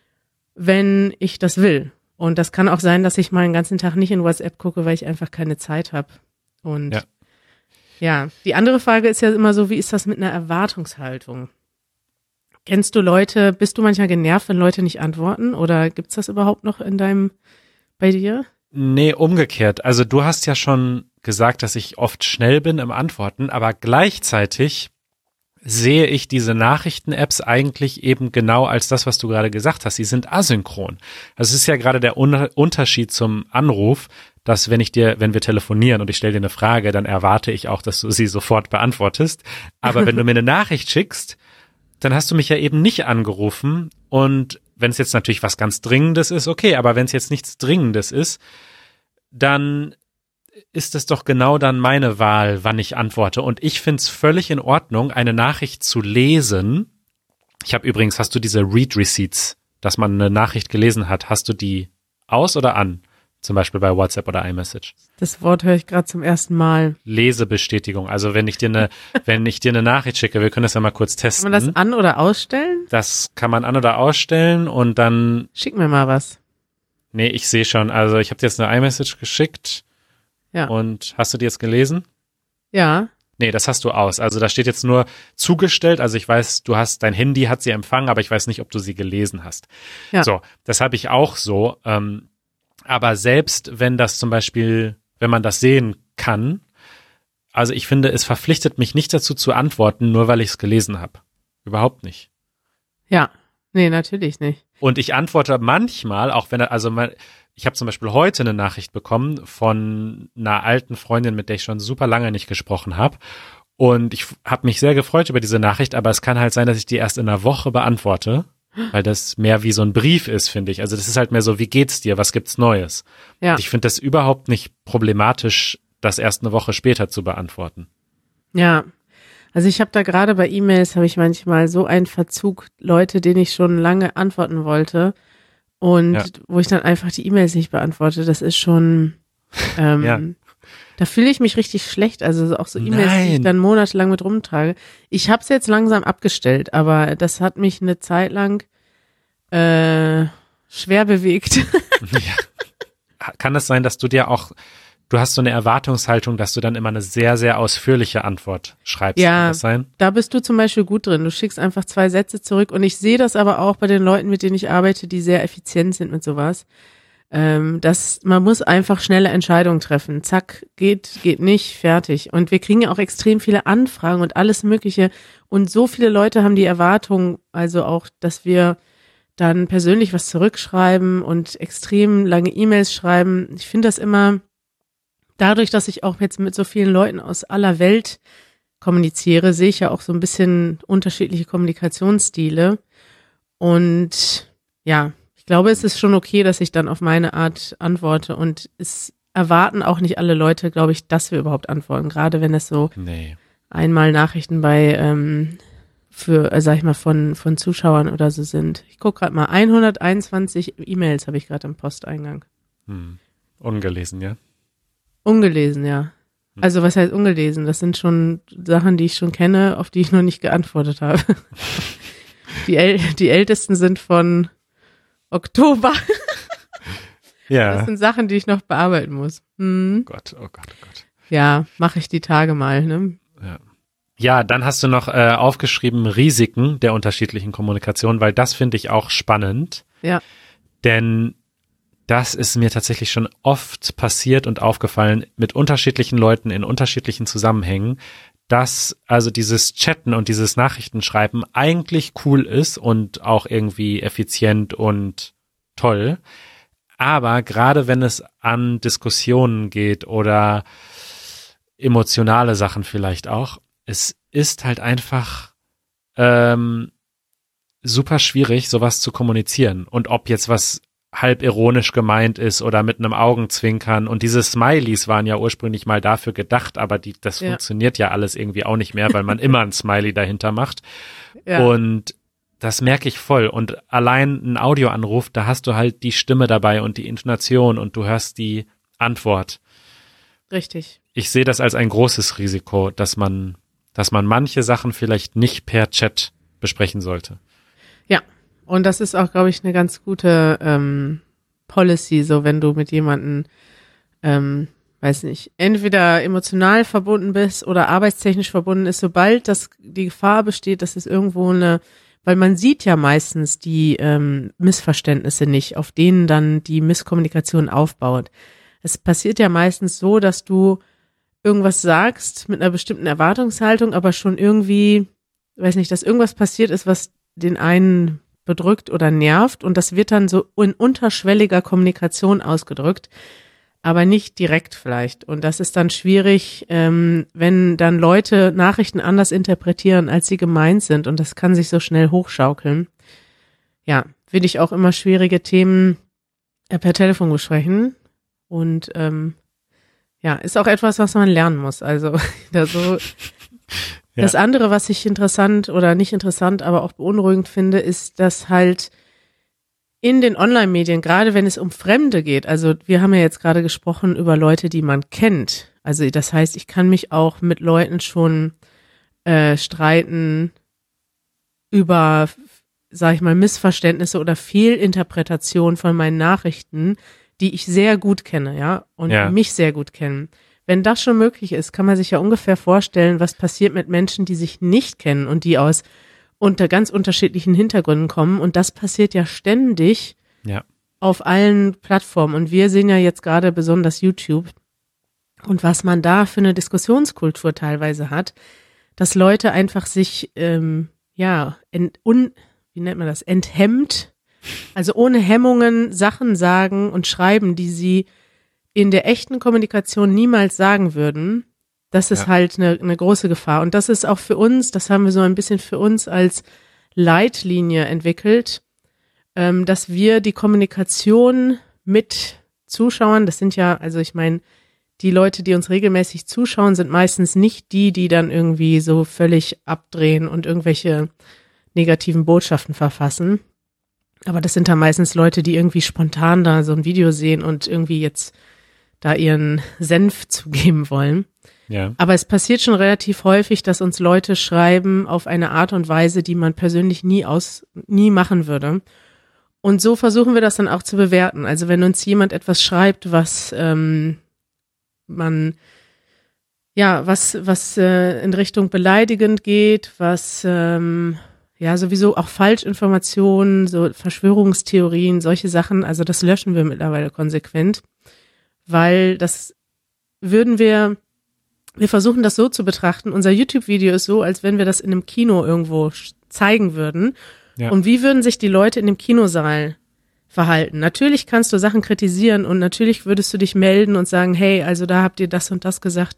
wenn ich das will. Und das kann auch sein, dass ich mal einen ganzen Tag nicht in WhatsApp gucke, weil ich einfach keine Zeit habe. Und Ja. ja, die andere Frage ist ja immer so, wie ist das mit einer Erwartungshaltung? Kennst du Leute, bist du manchmal genervt, wenn Leute nicht antworten? Oder gibt's das überhaupt noch in deinem, bei dir? Nee, umgekehrt. Also du hast ja schon gesagt, dass ich oft schnell bin im Antworten, aber gleichzeitig sehe ich diese Nachrichten-Apps eigentlich eben genau als das, was du gerade gesagt hast. Sie sind asynchron. Das ist ja gerade der Un- Unterschied zum Anruf, dass wenn ich dir, wenn wir telefonieren und ich stelle dir eine Frage, dann erwarte ich auch, dass du sie sofort beantwortest. Aber wenn du mir eine Nachricht schickst, dann hast du mich ja eben nicht angerufen und wenn es jetzt natürlich was ganz Dringendes ist, okay, aber wenn es jetzt nichts Dringendes ist, dann ist es doch genau dann meine Wahl, wann ich antworte. Und ich finde es völlig in Ordnung, eine Nachricht zu lesen. Ich habe übrigens, hast du diese Read Receipts, dass man eine Nachricht gelesen hat, hast du die aus oder an? Zum Beispiel bei WhatsApp oder iMessage. Das Wort höre ich gerade zum ersten Mal. Lesebestätigung. Also wenn ich dir eine, wenn ich dir eine Nachricht schicke, wir können das ja mal kurz testen. Kann man das an- oder ausstellen? Das kann man an- oder ausstellen und dann, Schick mir mal was. nee, ich sehe schon, also ich habe dir jetzt eine iMessage geschickt Ja. und hast du die jetzt gelesen? Ja. Nee, das hast du aus. Also da steht jetzt nur zugestellt, also ich weiß, du hast, dein Handy hat sie empfangen, aber ich weiß nicht, ob du sie gelesen hast. Ja. So, das habe ich auch so, ähm, aber selbst wenn das zum Beispiel, wenn man das sehen kann, also ich finde, es verpflichtet mich nicht dazu zu antworten, nur weil ich es gelesen habe. Überhaupt nicht. Ja. Nee, natürlich nicht. Und ich antworte manchmal, auch wenn, er- also mein, ich habe zum Beispiel heute eine Nachricht bekommen von einer alten Freundin, mit der ich schon super lange nicht gesprochen habe. Und ich habe mich sehr gefreut über diese Nachricht, aber es kann halt sein, dass ich die erst in einer Woche beantworte, weil das mehr wie so ein Brief ist, finde ich. Also das ist halt mehr so, wie geht's dir, was gibt's Neues? Ja. Und ich finde das überhaupt nicht problematisch, das erst eine Woche später zu beantworten. Ja. Also ich habe da gerade bei E-Mails habe ich manchmal so einen Verzug, Leute, denen ich schon lange antworten wollte und Ja. wo ich dann einfach die E-Mails nicht beantworte. Das ist schon, ähm, Ja. da fühle ich mich richtig schlecht. Also so- auch so E-Mails, die ich Nein. dann monatelang mit rumtrage. Ich habe es jetzt langsam abgestellt, aber das hat mich eine Zeit lang äh, schwer bewegt. Ja. Kann es sein, dass du dir auch, du hast so eine Erwartungshaltung, dass du dann immer eine sehr, sehr ausführliche Antwort schreibst? Ja. Kann das sein? Da bist du zum Beispiel gut drin. Du schickst einfach zwei Sätze zurück und ich sehe das aber auch bei den Leuten, mit denen ich arbeite, die sehr effizient sind mit sowas. Ähm, dass man muss einfach schnelle Entscheidungen treffen. Zack, geht, geht nicht, fertig. Und wir kriegen ja auch extrem viele Anfragen und alles Mögliche. Und so viele Leute haben die Erwartung, also auch, dass wir dann persönlich was zurückschreiben und extrem lange E-Mails schreiben. Ich finde das immer, dadurch, dass ich auch jetzt mit so vielen Leuten aus aller Welt kommuniziere, sehe ich ja auch so ein bisschen unterschiedliche Kommunikationsstile. Und ja, ich glaube, es ist schon okay, dass ich dann auf meine Art antworte. Und es erwarten auch nicht alle Leute, glaube ich, dass wir überhaupt antworten. Gerade wenn es so Nee. einmal Nachrichten bei, ähm, für, äh, sag ich mal, von, von Zuschauern oder so sind. Ich gucke gerade mal, hunderteinundzwanzig E-Mails habe ich gerade im Posteingang. Hm. Ungelesen, ja? Ungelesen, ja. Also was heißt ungelesen? Das sind schon Sachen, die ich schon kenne, auf die ich noch nicht geantwortet habe. Die, äl die ältesten sind von Oktober. Ja. Das sind Sachen, die ich noch bearbeiten muss. Hm. Oh Gott, oh Gott, oh Gott. Ja, mache ich die Tage mal, ne? Ja. Ja, dann hast du noch äh, aufgeschrieben Risiken der unterschiedlichen Kommunikation, weil das finde ich auch spannend. Ja. Denn das ist mir tatsächlich schon oft passiert und aufgefallen mit unterschiedlichen Leuten in unterschiedlichen Zusammenhängen, dass also dieses Chatten und dieses Nachrichtenschreiben eigentlich cool ist und auch irgendwie effizient und toll. Aber gerade wenn es an Diskussionen geht oder emotionale Sachen vielleicht auch, es ist halt einfach ähm, super schwierig, sowas zu kommunizieren. Und ob jetzt was halb ironisch gemeint ist oder mit einem Augenzwinkern. Und diese Smileys waren ja ursprünglich mal dafür gedacht, aber die, das ja. funktioniert ja alles irgendwie auch nicht mehr, weil man immer ein Smiley dahinter macht. Ja. Und das merke ich voll. Und allein ein Audioanruf, da hast du halt die Stimme dabei und die Intonation und du hörst die Antwort. Richtig. Ich sehe das als ein großes Risiko, dass man, dass man manche Sachen vielleicht nicht per Chat besprechen sollte. Ja. Und das ist auch, glaube ich, eine ganz gute ähm, Policy, so wenn du mit jemandem, ähm, weiß nicht, entweder emotional verbunden bist oder arbeitstechnisch verbunden ist, sobald das die Gefahr besteht, dass es irgendwo eine, weil man sieht ja meistens die ähm, Missverständnisse nicht, auf denen dann die Misskommunikation aufbaut. Es passiert ja meistens so, dass du irgendwas sagst mit einer bestimmten Erwartungshaltung, aber schon irgendwie, weiß nicht, dass irgendwas passiert ist, was den einen bedrückt oder nervt und das wird dann so in unterschwelliger Kommunikation ausgedrückt, aber nicht direkt vielleicht. Und das ist dann schwierig, ähm, wenn dann Leute Nachrichten anders interpretieren, als sie gemeint sind und das kann sich so schnell hochschaukeln. Ja, finde ich auch immer schwierige Themen äh, per Telefon besprechen und ähm, ja, ist auch etwas, was man lernen muss. Also da so Ja. Das andere, was ich interessant oder nicht interessant, aber auch beunruhigend finde, ist, dass halt in den Online-Medien, gerade wenn es um Fremde geht, also wir haben ja jetzt gerade gesprochen über Leute, die man kennt. Also das heißt, ich kann mich auch mit Leuten schon äh, streiten über, sag ich mal, Missverständnisse oder Fehlinterpretation von meinen Nachrichten, die ich sehr gut kenne, ja, und Ja. mich sehr gut kennen. Wenn das schon möglich ist, kann man sich ja ungefähr vorstellen, was passiert mit Menschen, die sich nicht kennen und die aus unter ganz unterschiedlichen Hintergründen kommen. Und das passiert ja ständig Ja. auf allen Plattformen. Und wir sehen ja jetzt gerade besonders YouTube. Und was man da für eine Diskussionskultur teilweise hat, dass Leute einfach sich, ähm, ja, ent, un, wie nennt man das, enthemmt, also ohne Hemmungen Sachen sagen und schreiben, die sie in der echten Kommunikation niemals sagen würden. Das ist Ja. halt eine, eine große Gefahr. Und das ist auch für uns, das haben wir so ein bisschen für uns als Leitlinie entwickelt, ähm, dass wir die Kommunikation mit Zuschauern, das sind ja, also ich meine, die Leute, die uns regelmäßig zuschauen, sind meistens nicht die, die dann irgendwie so völlig abdrehen und irgendwelche negativen Botschaften verfassen. Aber das sind dann meistens Leute, die irgendwie spontan da so ein Video sehen und irgendwie jetzt da ihren Senf zugeben wollen. Ja. Aber es passiert schon relativ häufig, dass uns Leute schreiben auf eine Art und Weise, die man persönlich nie aus, nie machen würde. Und so versuchen wir das dann auch zu bewerten. Also wenn uns jemand etwas schreibt, was ähm, man, ja, was, was äh, in Richtung beleidigend geht, was ähm, ja sowieso auch Falschinformationen, so Verschwörungstheorien, solche Sachen, also das löschen wir mittlerweile konsequent, weil das würden wir, wir versuchen das so zu betrachten, unser YouTube-Video ist so, als wenn wir das in einem Kino irgendwo zeigen würden. Ja. Und wie würden sich die Leute in dem Kinosaal verhalten? Natürlich kannst du Sachen kritisieren und natürlich würdest du dich melden und sagen, hey, also da habt ihr das und das gesagt, da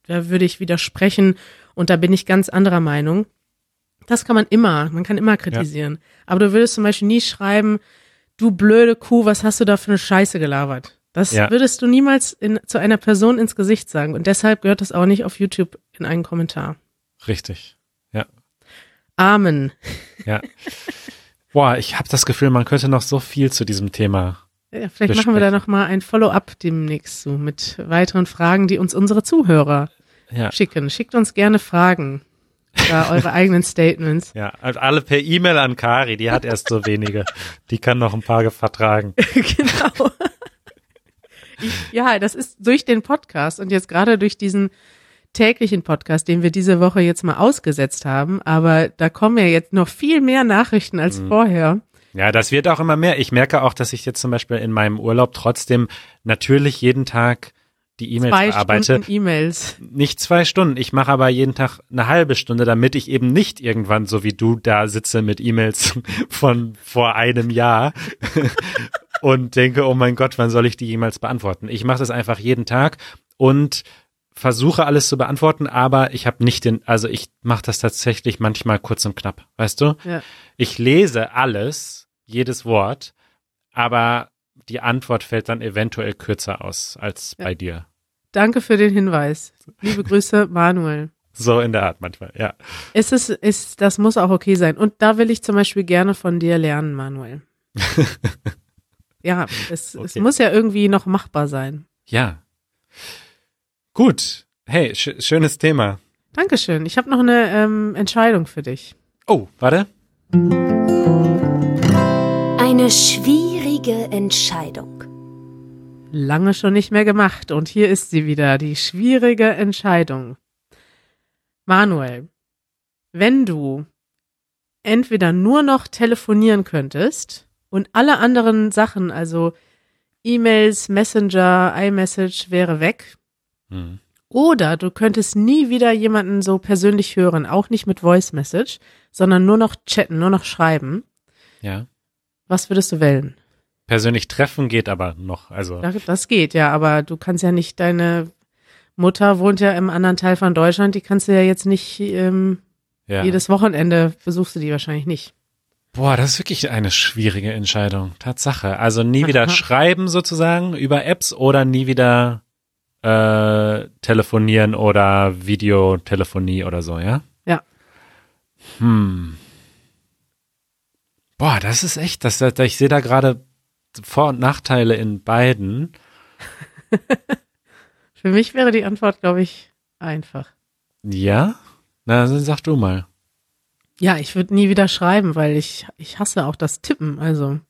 da würde ich widersprechen und da bin ich ganz anderer Meinung. Das kann man immer, man kann immer kritisieren. Ja. Aber du würdest zum Beispiel nie schreiben, du blöde Kuh, was hast du da für eine Scheiße gelabert? Das ja. würdest du niemals in, zu einer Person ins Gesicht sagen. Und deshalb gehört das auch nicht auf YouTube in einen Kommentar. Richtig, ja. Amen. Ja. Boah, ich habe das Gefühl, man könnte noch so viel zu diesem Thema ja, vielleicht besprechen. machen wir da nochmal ein Follow-up demnächst zu mit weiteren Fragen, die uns unsere Zuhörer ja. schicken. Schickt uns gerne Fragen. Ja, eure eigenen Statements. Ja, also alle per E-Mail an Kari, die hat erst so wenige. Die kann noch ein paar vertragen. Genau. Ich, ja, das ist durch den Podcast und jetzt gerade durch diesen täglichen Podcast, den wir diese Woche jetzt mal ausgesetzt haben, aber da kommen ja jetzt noch viel mehr Nachrichten als mhm. vorher. Ja, das wird auch immer mehr. Ich merke auch, dass ich jetzt zum Beispiel in meinem Urlaub trotzdem natürlich jeden Tag die E-Mails zwei bearbeite. Stunden E-Mails. Nicht zwei Stunden. Ich mache aber jeden Tag eine halbe Stunde, damit ich eben nicht irgendwann so wie du da sitze mit E-Mails von vor einem Jahr und denke, oh mein Gott, wann soll ich die E-Mails beantworten? Ich mache das einfach jeden Tag und versuche alles zu beantworten, aber ich habe nicht den, also ich mache das tatsächlich manchmal kurz und knapp, weißt du? Ja. Ich lese alles, jedes Wort, aber die Antwort fällt dann eventuell kürzer aus als ja. bei dir. Danke für den Hinweis. Liebe Grüße, Manuel. So in der Art manchmal, ja. Es ist, ist, das muss auch okay sein. Und da will ich zum Beispiel gerne von dir lernen, Manuel. Ja, es, okay. es muss ja irgendwie noch machbar sein. Ja. Gut. Hey, sch- schönes Thema. Dankeschön. Ich habe noch eine ähm, Entscheidung für dich. Oh, warte. Eine schwierige Entscheidung. Lange schon nicht mehr gemacht und hier ist sie wieder, die schwierige Entscheidung. Manuel, wenn du entweder nur noch telefonieren könntest und alle anderen Sachen, also E-Mails, Messenger, iMessage wäre weg, hm. oder du könntest nie wieder jemanden so persönlich hören, auch nicht mit Voice Message, sondern nur noch chatten, nur noch schreiben. Ja. Was würdest du wählen? Persönlich treffen geht aber noch, also. Das geht, ja, aber du kannst ja nicht, deine Mutter wohnt ja im anderen Teil von Deutschland, die kannst du ja jetzt nicht, ähm, ja. jedes Wochenende besuchst du die wahrscheinlich nicht. Boah, das ist wirklich eine schwierige Entscheidung, Tatsache. Also nie wieder Aha. schreiben sozusagen über Apps oder nie wieder äh, telefonieren oder Videotelefonie oder so, ja? Ja. Hm. Boah, das ist echt, das, das, ich sehe da gerade Vor- und Nachteile in beiden. Für mich wäre die Antwort, glaube ich, einfach. Ja? Na, dann sag du mal. Ja, ich würde nie wieder schreiben, weil ich, ich hasse auch das Tippen, also.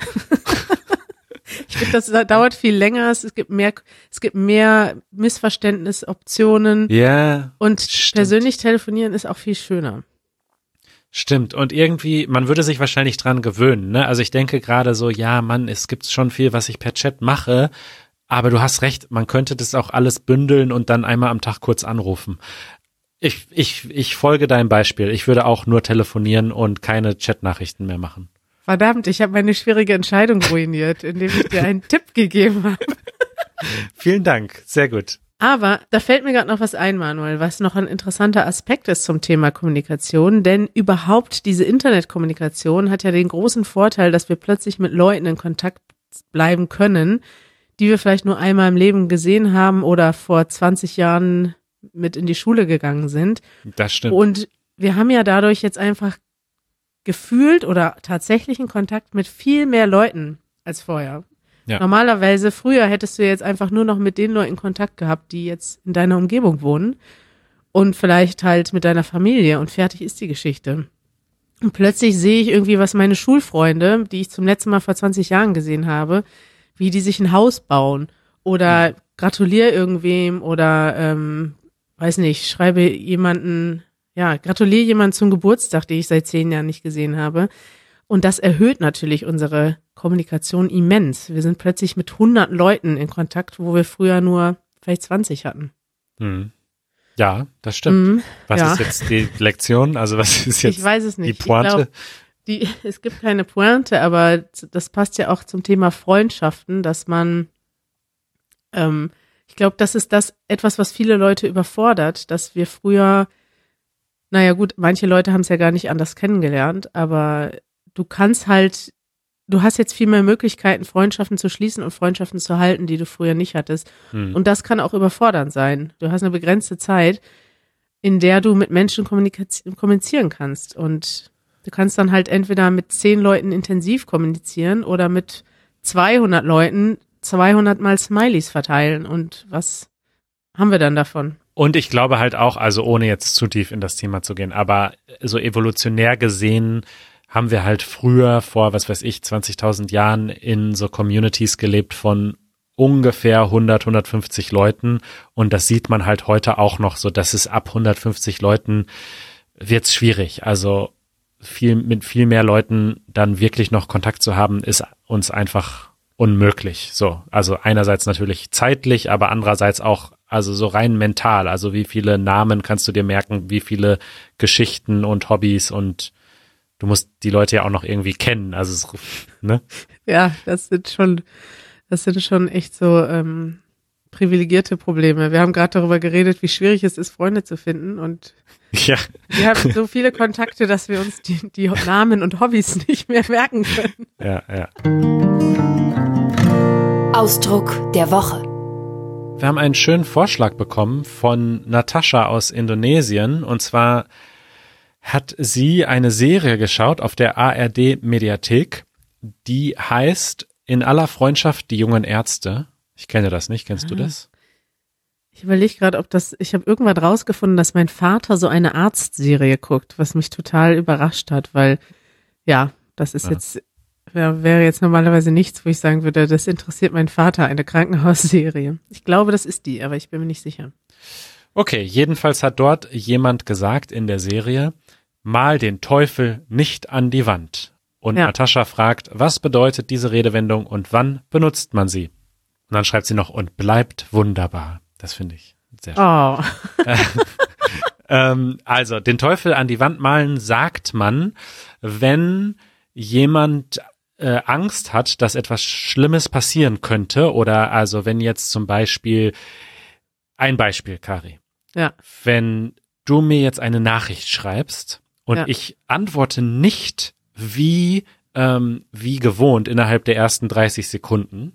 Ich finde, das dauert viel länger, es gibt mehr, es gibt mehr Missverständnisoptionen. Ja. Und stimmt. Persönlich telefonieren ist auch viel schöner. Stimmt. Und irgendwie, man würde sich wahrscheinlich dran gewöhnen, ne? Also ich denke gerade so, ja, Mann, es gibt schon viel, was ich per Chat mache, aber du hast recht, man könnte das auch alles bündeln und dann einmal am Tag kurz anrufen. Ich, ich, ich folge deinem Beispiel. Ich würde auch nur telefonieren und keine Chatnachrichten mehr machen. Verdammt, ich habe meine schwierige Entscheidung ruiniert, indem ich dir einen Tipp gegeben habe. Vielen Dank, sehr gut. Aber da fällt mir gerade noch was ein, Manuel, was noch ein interessanter Aspekt ist zum Thema Kommunikation, denn überhaupt diese Internetkommunikation hat ja den großen Vorteil, dass wir plötzlich mit Leuten in Kontakt bleiben können, die wir vielleicht nur einmal im Leben gesehen haben oder vor zwanzig Jahren mit in die Schule gegangen sind. Das stimmt. Und wir haben ja dadurch jetzt einfach gefühlt oder tatsächlichen Kontakt mit viel mehr Leuten als vorher. Ja. Normalerweise, früher hättest du jetzt einfach nur noch mit den Leuten Kontakt gehabt, die jetzt in deiner Umgebung wohnen und vielleicht halt mit deiner Familie und fertig ist die Geschichte. Und plötzlich sehe ich irgendwie, was meine Schulfreunde, die ich zum letzten Mal vor zwanzig Jahren gesehen habe, wie die sich ein Haus bauen oder mhm. gratuliere irgendwem oder ähm, weiß nicht, schreibe jemanden, ja, gratuliere jemanden zum Geburtstag, den ich seit zehn Jahren nicht gesehen habe. Und das erhöht natürlich unsere Kommunikation immens. Wir sind plötzlich mit hunderten Leuten in Kontakt, wo wir früher nur vielleicht zwanzig hatten. Hm. Ja, das stimmt. Mhm, was ja. ist jetzt die Lektion? Also was ist jetzt ich weiß es nicht. die Pointe? Ich glaub, die, es gibt keine Pointe, aber das passt ja auch zum Thema Freundschaften, dass man, ähm, Ich glaube, das ist das etwas, was viele Leute überfordert, dass wir früher, naja gut, manche Leute haben es ja gar nicht anders kennengelernt, aber du kannst halt, du hast jetzt viel mehr Möglichkeiten, Freundschaften zu schließen und Freundschaften zu halten, die du früher nicht hattest. Hm. Und das kann auch überfordernd sein. Du hast eine begrenzte Zeit, in der du mit Menschen kommunizieren kannst. Und du kannst dann halt entweder mit zehn Leuten intensiv kommunizieren oder mit zweihundert Leuten zweihundert Mal Smileys verteilen. Und was haben wir dann davon? Und ich glaube halt auch, also ohne jetzt zu tief in das Thema zu gehen, aber so evolutionär gesehen haben wir halt früher vor, was weiß ich, zwanzigtausend Jahren in so Communities gelebt von ungefähr hundert, hundertfünfzig Leuten. Und das sieht man halt heute auch noch so, dass es ab hundertfünfzig Leuten wird's schwierig. Also viel, mit viel mehr Leuten dann wirklich noch Kontakt zu haben, ist uns einfach unmöglich. So, also einerseits natürlich zeitlich, aber andererseits auch, also so rein mental. Also wie viele Namen kannst du dir merken, wie viele Geschichten und Hobbys, und du musst die Leute ja auch noch irgendwie kennen. Also es, ne? Ja, das sind schon, das sind schon echt so ähm, privilegierte Probleme. Wir haben gerade darüber geredet, wie schwierig es ist, Freunde zu finden, und ja. Wir haben so viele Kontakte, dass wir uns die, die Namen und Hobbys nicht mehr merken können. Ja, ja. Ausdruck der Woche. Wir haben einen schönen Vorschlag bekommen von Natascha aus Indonesien, und zwar hat sie eine Serie geschaut auf der A R D-Mediathek, die heißt In aller Freundschaft die jungen Ärzte. Ich kenne das nicht, kennst ah. du das? Ich überlege gerade, ob das, ich habe irgendwann rausgefunden, dass mein Vater so eine Arztserie guckt, was mich total überrascht hat, weil, ja, das ist ah. jetzt, wär, wäre jetzt normalerweise nichts, wo ich sagen würde, das interessiert meinen Vater, eine Krankenhausserie. Ich glaube, das ist die, aber ich bin mir nicht sicher. Okay, jedenfalls hat dort jemand gesagt in der Serie, mal den Teufel nicht an die Wand. Und ja. Natascha fragt, was bedeutet diese Redewendung und wann benutzt man sie? Und dann schreibt sie noch, und bleibt wunderbar. Das finde ich sehr schön. Oh. ähm, also, den Teufel an die Wand malen sagt man, wenn jemand äh, Angst hat, dass etwas Schlimmes passieren könnte, oder also wenn jetzt zum Beispiel, ein Beispiel, Kari. Ja. Wenn du mir jetzt eine Nachricht schreibst und ja. ich antworte nicht wie, ähm, wie gewohnt innerhalb der ersten dreißig Sekunden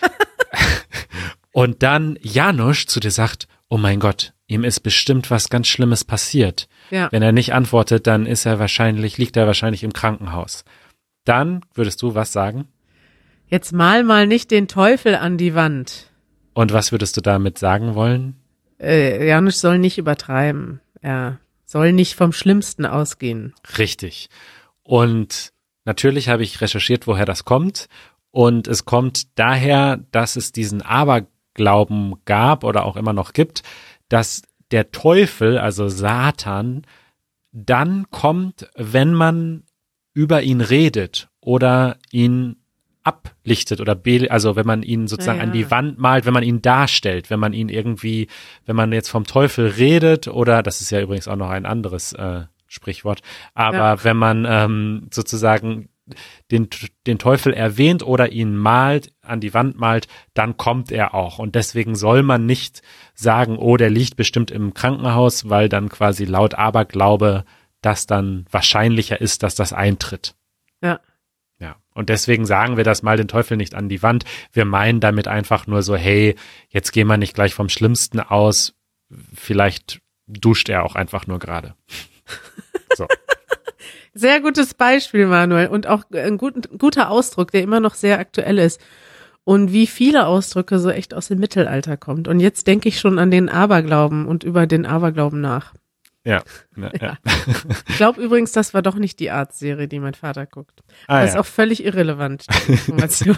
und dann Janusz zu dir sagt, oh mein Gott, ihm ist bestimmt was ganz Schlimmes passiert. Ja. Wenn er nicht antwortet, dann ist er wahrscheinlich, liegt er wahrscheinlich im Krankenhaus. Dann würdest du was sagen? Jetzt mal mal nicht den Teufel an die Wand. Und was würdest du damit sagen wollen? Äh, Janusz soll nicht übertreiben. Er soll nicht vom Schlimmsten ausgehen. Richtig. Und natürlich habe ich recherchiert, woher das kommt. Und es kommt daher, dass es diesen Aberglauben gab oder auch immer noch gibt, dass der Teufel, also Satan, dann kommt, wenn man über ihn redet oder ihn ablichtet oder be- also wenn man ihn sozusagen ja, ja. an die Wand malt, wenn man ihn darstellt, wenn man ihn irgendwie, wenn man jetzt vom Teufel redet, oder, das ist ja übrigens auch noch ein anderes äh, Sprichwort, aber ja. wenn man ähm, sozusagen den den Teufel erwähnt oder ihn malt, an die Wand malt, dann kommt er auch. Und deswegen soll man nicht sagen, oh, der liegt bestimmt im Krankenhaus, weil dann quasi laut Aberglaube das dann wahrscheinlicher ist, dass das eintritt. Ja. Ja, und deswegen sagen wir das, mal den Teufel nicht an die Wand. Wir meinen damit einfach nur so, hey, jetzt gehen wir nicht gleich vom Schlimmsten aus. Vielleicht duscht er auch einfach nur gerade. So. Sehr gutes Beispiel, Manuel. Und auch ein gut, guter Ausdruck, der immer noch sehr aktuell ist. Und wie viele Ausdrücke so echt aus dem Mittelalter kommt. Und jetzt denke ich schon an den Aberglauben und über den Aberglauben nach. Ja. ja, ja. ja. Ich glaube übrigens, das war doch nicht die Arztserie, die mein Vater guckt. Ah, das ja. ist auch völlig irrelevant, die Information.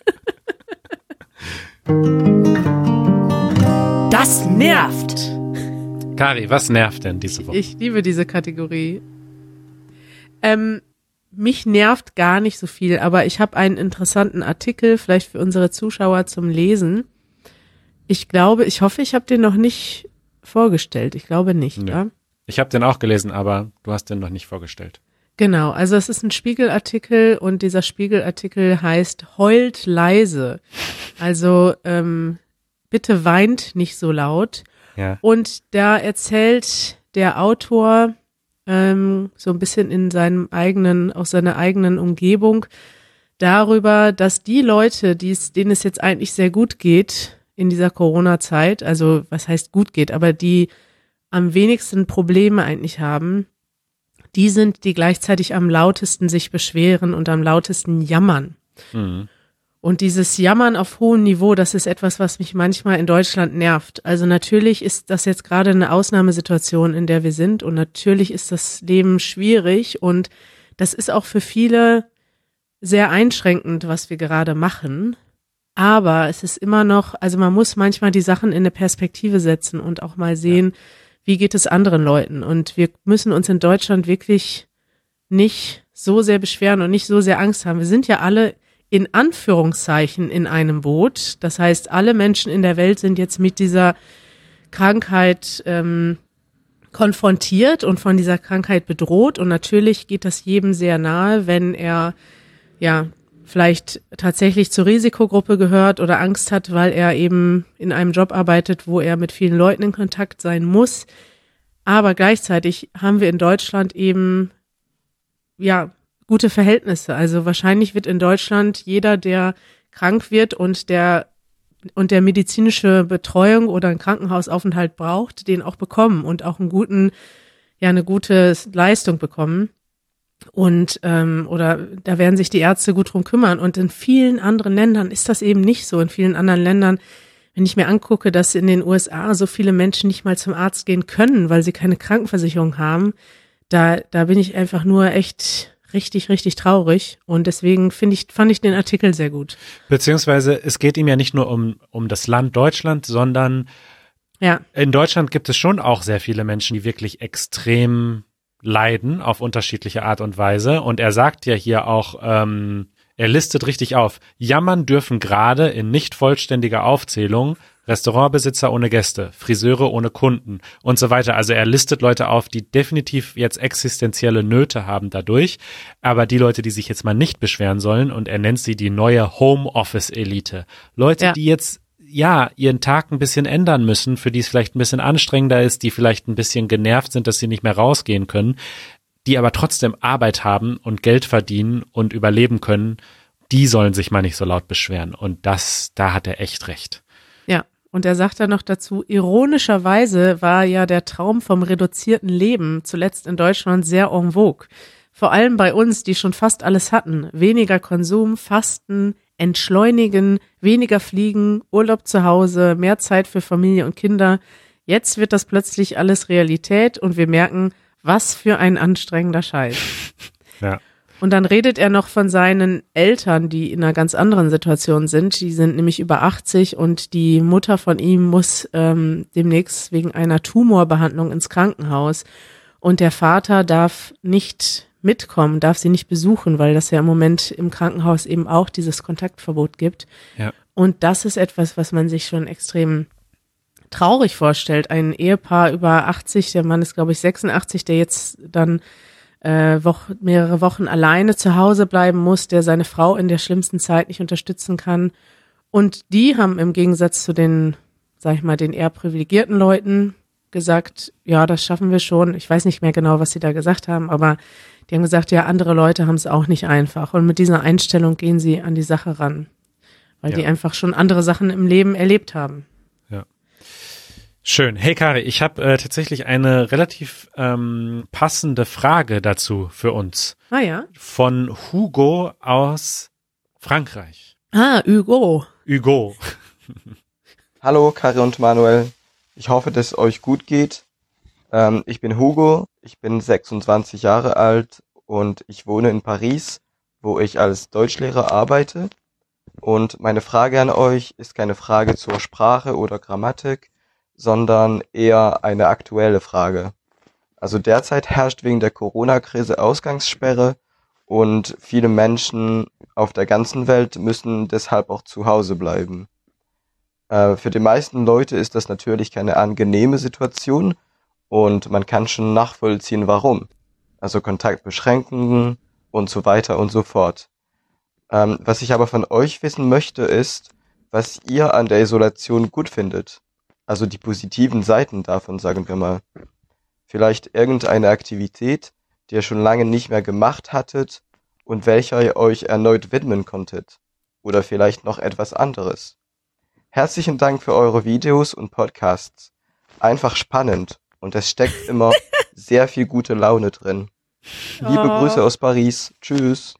Das nervt. Kari, was nervt denn diese Woche? Ich liebe diese Kategorie. Ähm, mich nervt gar nicht so viel, aber ich habe einen interessanten Artikel, vielleicht für unsere Zuschauer zum Lesen. Ich glaube, ich hoffe, ich habe den noch nicht vorgestellt. Ich glaube nicht, nee. ja? Ich habe den auch gelesen, aber du hast den noch nicht vorgestellt. Genau, also es ist ein Spiegelartikel und dieser Spiegelartikel heißt Heult leise. Also ähm, bitte weint nicht so laut. Ja. Und da erzählt der Autor ähm, so ein bisschen in seinem eigenen, aus seiner eigenen Umgebung darüber, dass die Leute, die es, denen es jetzt eigentlich sehr gut geht in dieser Corona-Zeit, also was heißt gut geht, aber die am wenigsten Probleme eigentlich haben, die sind, die gleichzeitig am lautesten sich beschweren und am lautesten jammern. Mhm. Und dieses Jammern auf hohem Niveau, das ist etwas, was mich manchmal in Deutschland nervt. Also natürlich ist das jetzt gerade eine Ausnahmesituation, in der wir sind, und natürlich ist das Leben schwierig und das ist auch für viele sehr einschränkend, was wir gerade machen. Aber es ist immer noch, also man muss manchmal die Sachen in eine Perspektive setzen und auch mal sehen, ja, wie geht es anderen Leuten. Und wir müssen uns in Deutschland wirklich nicht so sehr beschweren und nicht so sehr Angst haben. Wir sind ja alle in Anführungszeichen in einem Boot. Das heißt, alle Menschen in der Welt sind jetzt mit dieser Krankheit ähm, konfrontiert und von dieser Krankheit bedroht. Und natürlich geht das jedem sehr nahe, wenn er ja vielleicht tatsächlich zur Risikogruppe gehört oder Angst hat, weil er eben in einem Job arbeitet, wo er mit vielen Leuten in Kontakt sein muss. Aber gleichzeitig haben wir in Deutschland eben ja gute Verhältnisse. Also wahrscheinlich wird in Deutschland jeder, der krank wird und der und der medizinische Betreuung oder einen Krankenhausaufenthalt braucht, den auch bekommen und auch einen guten, ja, eine gute Leistung bekommen. Und ähm, oder da werden sich die Ärzte gut drum kümmern. Und in vielen anderen Ländern ist das eben nicht so. In vielen anderen Ländern, wenn ich mir angucke, dass in den U S A so viele Menschen nicht mal zum Arzt gehen können, weil sie keine Krankenversicherung haben, da da bin ich einfach nur echt richtig, richtig traurig. Und deswegen finde ich, fand ich den Artikel sehr gut. Beziehungsweise es geht ihm ja nicht nur um, um das Land Deutschland, sondern ja, in Deutschland gibt es schon auch sehr viele Menschen, die wirklich extrem leiden auf unterschiedliche Art und Weise. Und er sagt ja hier auch, ähm, er listet richtig auf, jammern dürfen gerade in nicht vollständiger Aufzählung Restaurantbesitzer ohne Gäste, Friseure ohne Kunden und so weiter. Also er listet Leute auf, die definitiv jetzt existenzielle Nöte haben dadurch, aber die Leute, die sich jetzt mal nicht beschweren sollen, und er nennt sie die neue Homeoffice-Elite. Leute, ja, die jetzt ja ihren Tag ein bisschen ändern müssen, für die es vielleicht ein bisschen anstrengender ist, die vielleicht ein bisschen genervt sind, dass sie nicht mehr rausgehen können, die aber trotzdem Arbeit haben und Geld verdienen und überleben können, die sollen sich mal nicht so laut beschweren. Und das, da hat er echt recht. Ja, und er sagt dann noch dazu, ironischerweise war ja der Traum vom reduzierten Leben zuletzt in Deutschland sehr en vogue. Vor allem bei uns, die schon fast alles hatten. Weniger Konsum, Fasten, Entschleunigen, weniger Fliegen, Urlaub zu Hause, mehr Zeit für Familie und Kinder. Jetzt wird das plötzlich alles Realität und wir merken, was für ein anstrengender Scheiß. Ja. Und dann redet er noch von seinen Eltern, die in einer ganz anderen Situation sind. Die sind nämlich über achtzig und die Mutter von ihm muss ähm, demnächst wegen einer Tumorbehandlung ins Krankenhaus. Und der Vater darf nicht mitkommen, darf sie nicht besuchen, weil das ja im Moment im Krankenhaus eben auch dieses Kontaktverbot gibt. Ja. Und das ist etwas, was man sich schon extrem traurig vorstellt. Ein Ehepaar über achtzig, der Mann ist, glaube ich, sechsundachtzig, der jetzt dann äh, Woch, mehrere Wochen alleine zu Hause bleiben muss, der seine Frau in der schlimmsten Zeit nicht unterstützen kann. Und die haben im Gegensatz zu den, sag ich mal, den eher privilegierten Leuten gesagt, ja, das schaffen wir schon. Ich weiß nicht mehr genau, was sie da gesagt haben, aber die haben gesagt, ja, andere Leute haben es auch nicht einfach. Und mit dieser Einstellung gehen sie an die Sache ran, weil ja. die einfach schon andere Sachen im Leben erlebt haben. Ja. Schön. Hey Kari, ich habe äh, tatsächlich eine relativ ähm, passende Frage dazu für uns. Ah ja? Von Hugo aus Frankreich. Ah, Hugo. Hugo. Hallo Kari und Manuel. Ich hoffe, dass es euch gut geht. Ähm, ich bin Hugo, ich bin sechsundzwanzig Jahre alt und ich wohne in Paris, wo ich als Deutschlehrer arbeite. Und meine Frage an euch ist keine Frage zur Sprache oder Grammatik, sondern eher eine aktuelle Frage. Also derzeit herrscht wegen der Corona-Krise Ausgangssperre und viele Menschen auf der ganzen Welt müssen deshalb auch zu Hause bleiben. Äh, für die meisten Leute ist das natürlich keine angenehme Situation und man kann schon nachvollziehen, warum. Also Kontaktbeschränkungen und so weiter und so fort. Ähm, was ich aber von euch wissen möchte ist, was ihr an der Isolation gut findet. Also die positiven Seiten davon, sagen wir mal. Vielleicht irgendeine Aktivität, die ihr schon lange nicht mehr gemacht hattet und welcher ihr euch erneut widmen konntet. Oder vielleicht noch etwas anderes. Herzlichen Dank für eure Videos und Podcasts. Einfach spannend und es steckt immer sehr viel gute Laune drin. Liebe Oh. Grüße aus Paris. Tschüss.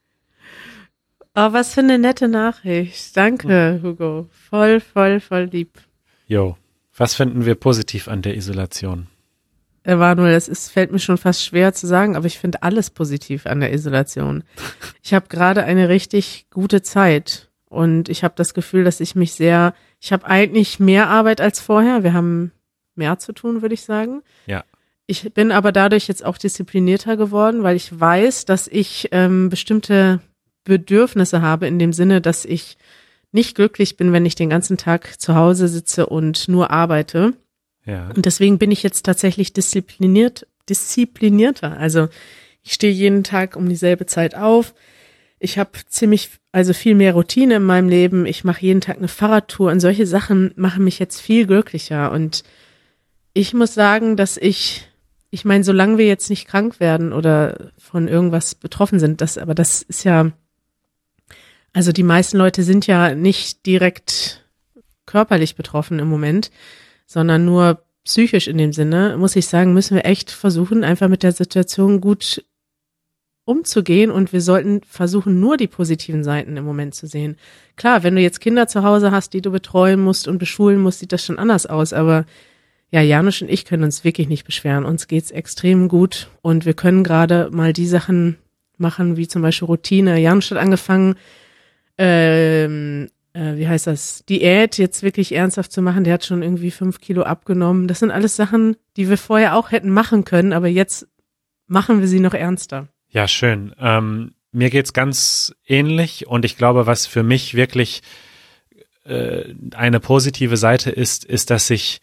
Oh, was für eine nette Nachricht. Danke, Hugo. Voll, voll, voll lieb. Jo, was finden wir positiv an der Isolation? Emanuel, es ist, fällt mir schon fast schwer zu sagen, aber ich finde alles positiv an der Isolation. Ich habe gerade eine richtig gute Zeit und ich habe das Gefühl, dass ich mich sehr, ich habe eigentlich mehr Arbeit als vorher. Wir haben mehr zu tun, würde ich sagen. Ja. Ich bin aber dadurch jetzt auch disziplinierter geworden, weil ich weiß, dass ich ähm, bestimmte Bedürfnisse habe in dem Sinne, dass ich nicht glücklich bin, wenn ich den ganzen Tag zu Hause sitze und nur arbeite. Ja. Und deswegen bin ich jetzt tatsächlich diszipliniert, disziplinierter. Also ich stehe jeden Tag um dieselbe Zeit auf. Ich habe ziemlich, also viel mehr Routine in meinem Leben. Ich mache jeden Tag eine Fahrradtour und solche Sachen machen mich jetzt viel glücklicher. Und ich muss sagen, dass ich, ich meine, solange wir jetzt nicht krank werden oder von irgendwas betroffen sind, das, aber das ist ja, also die meisten Leute sind ja nicht direkt körperlich betroffen im Moment, sondern nur psychisch in dem Sinne, muss ich sagen, müssen wir echt versuchen, einfach mit der Situation gut umzugehen und wir sollten versuchen, nur die positiven Seiten im Moment zu sehen. Klar, wenn du jetzt Kinder zu Hause hast, die du betreuen musst und beschulen musst, sieht das schon anders aus, aber ja, Janusz und ich können uns wirklich nicht beschweren. Uns geht's extrem gut und wir können gerade mal die Sachen machen, wie zum Beispiel Routine. Janusz hat angefangen, ähm, äh, wie heißt das, Diät jetzt wirklich ernsthaft zu machen. Der hat schon irgendwie fünf Kilo abgenommen. Das sind alles Sachen, die wir vorher auch hätten machen können, aber jetzt machen wir sie noch ernster. Ja, schön. Ähm, mir geht's ganz ähnlich und ich glaube, was für mich wirklich äh, eine positive Seite ist, ist, dass ich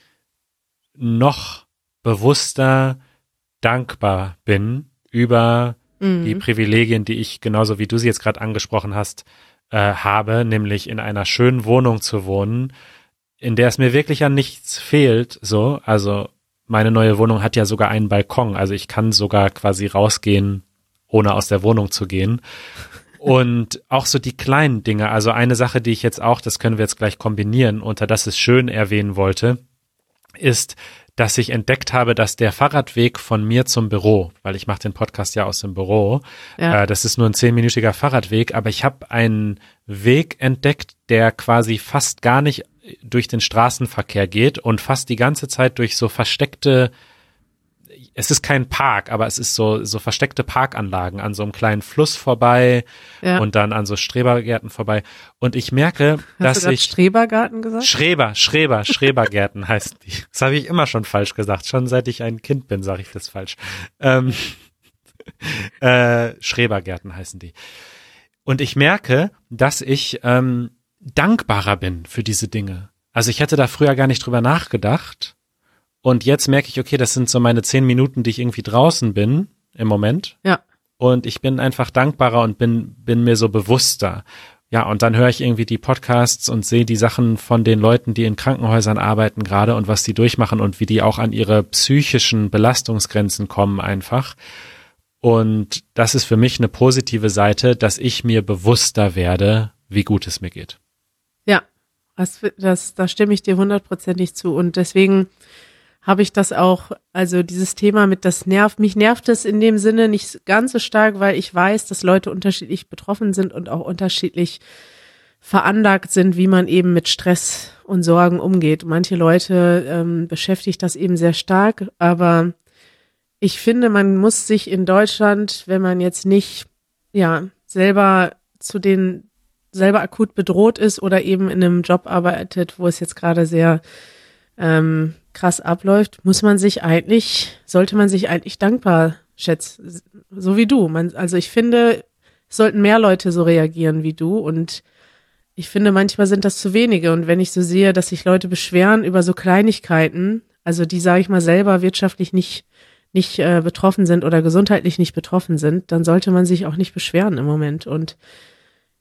noch bewusster dankbar bin über Mhm. die Privilegien, die ich genauso wie du sie jetzt gerade angesprochen hast, äh, habe, nämlich in einer schönen Wohnung zu wohnen, in der es mir wirklich an nichts fehlt, so, also meine neue Wohnung hat ja sogar einen Balkon, also ich kann sogar quasi rausgehen, ohne aus der Wohnung zu gehen. Und auch so die kleinen Dinge, also eine Sache, die ich jetzt auch, das können wir jetzt gleich kombinieren, unter das es schön erwähnen wollte, ist, dass ich entdeckt habe, dass der Fahrradweg von mir zum Büro, weil ich mache den Podcast ja aus dem Büro, Ja. äh, das ist nur ein zehnminütiger Fahrradweg, aber ich habe einen Weg entdeckt, der quasi fast gar nicht durch den Straßenverkehr geht und fast die ganze Zeit durch so versteckte, es ist kein Park, aber es ist so so versteckte Parkanlagen an so einem kleinen Fluss vorbei Ja. und dann an so Strebergärten vorbei. Und ich merke, Hast dass du gerade ich Strebergarten gesagt? Schreber, Schreber, Schrebergärten heißen die. Das habe ich immer schon falsch gesagt. Schon seit ich ein Kind bin, sage ich das falsch. Ähm, äh, Schrebergärten heißen die. Und ich merke, dass ich ähm, dankbarer bin für diese Dinge. Also ich hätte da früher gar nicht drüber nachgedacht. Und jetzt merke ich, okay, das sind so meine zehn Minuten, die ich irgendwie draußen bin im Moment. Ja. Und ich bin einfach dankbarer und bin, bin mir so bewusster. Ja, und dann höre ich irgendwie die Podcasts und sehe die Sachen von den Leuten, die in Krankenhäusern arbeiten gerade und was die durchmachen und wie die auch an ihre psychischen Belastungsgrenzen kommen einfach. Und das ist für mich eine positive Seite, dass ich mir bewusster werde, wie gut es mir geht. Ja, das, das, da stimme ich dir hundertprozentig zu. Und deswegen habe ich das auch, also dieses Thema mit das nervt, mich nervt es in dem Sinne nicht ganz so stark, weil ich weiß, dass Leute unterschiedlich betroffen sind und auch unterschiedlich veranlagt sind, wie man eben mit Stress und Sorgen umgeht. Manche Leute ähm, beschäftigt das eben sehr stark, aber ich finde, man muss sich in Deutschland, wenn man jetzt nicht, ja, selber zu den, selber akut bedroht ist oder eben in einem Job arbeitet, wo es jetzt gerade sehr ähm, krass abläuft, muss man sich eigentlich, sollte man sich eigentlich dankbar schätzen, so wie du. Man, also ich finde, es sollten mehr Leute so reagieren wie du und ich finde, manchmal sind das zu wenige und wenn ich so sehe, dass sich Leute beschweren über so Kleinigkeiten, also die, sage ich mal, selber wirtschaftlich nicht nicht äh, betroffen sind oder gesundheitlich nicht betroffen sind, dann sollte man sich auch nicht beschweren im Moment. Und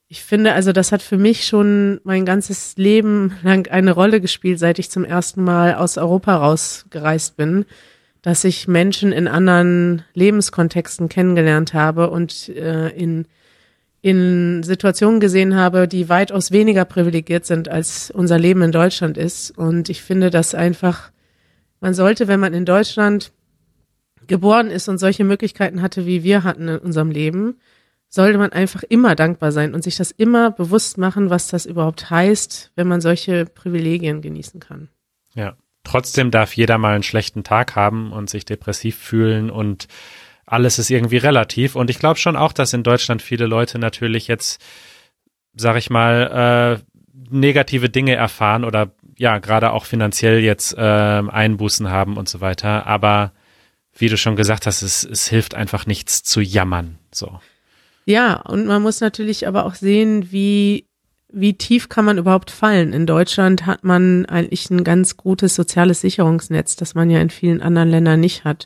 ich finde, also das hat für mich schon mein ganzes Leben lang eine Rolle gespielt, seit ich zum ersten Mal aus Europa rausgereist bin, dass ich Menschen in anderen Lebenskontexten kennengelernt habe und äh, in in Situationen gesehen habe, die weitaus weniger privilegiert sind, als unser Leben in Deutschland ist. Und ich finde, dass einfach, man sollte, wenn man in Deutschland geboren ist und solche Möglichkeiten hatte, wie wir hatten in unserem Leben, sollte man einfach immer dankbar sein und sich das immer bewusst machen, was das überhaupt heißt, wenn man solche Privilegien genießen kann. Ja, trotzdem darf jeder mal einen schlechten Tag haben und sich depressiv fühlen und alles ist irgendwie relativ. Und ich glaube schon auch, dass in Deutschland viele Leute natürlich jetzt, sag ich mal, äh, negative Dinge erfahren oder ja, gerade auch finanziell jetzt äh, Einbußen haben und so weiter. Aber wie du schon gesagt hast, es, es hilft einfach nichts zu jammern. So. Ja, und man muss natürlich aber auch sehen, wie, wie tief kann man überhaupt fallen. In Deutschland hat man eigentlich ein ganz gutes soziales Sicherungsnetz, das man ja in vielen anderen Ländern nicht hat.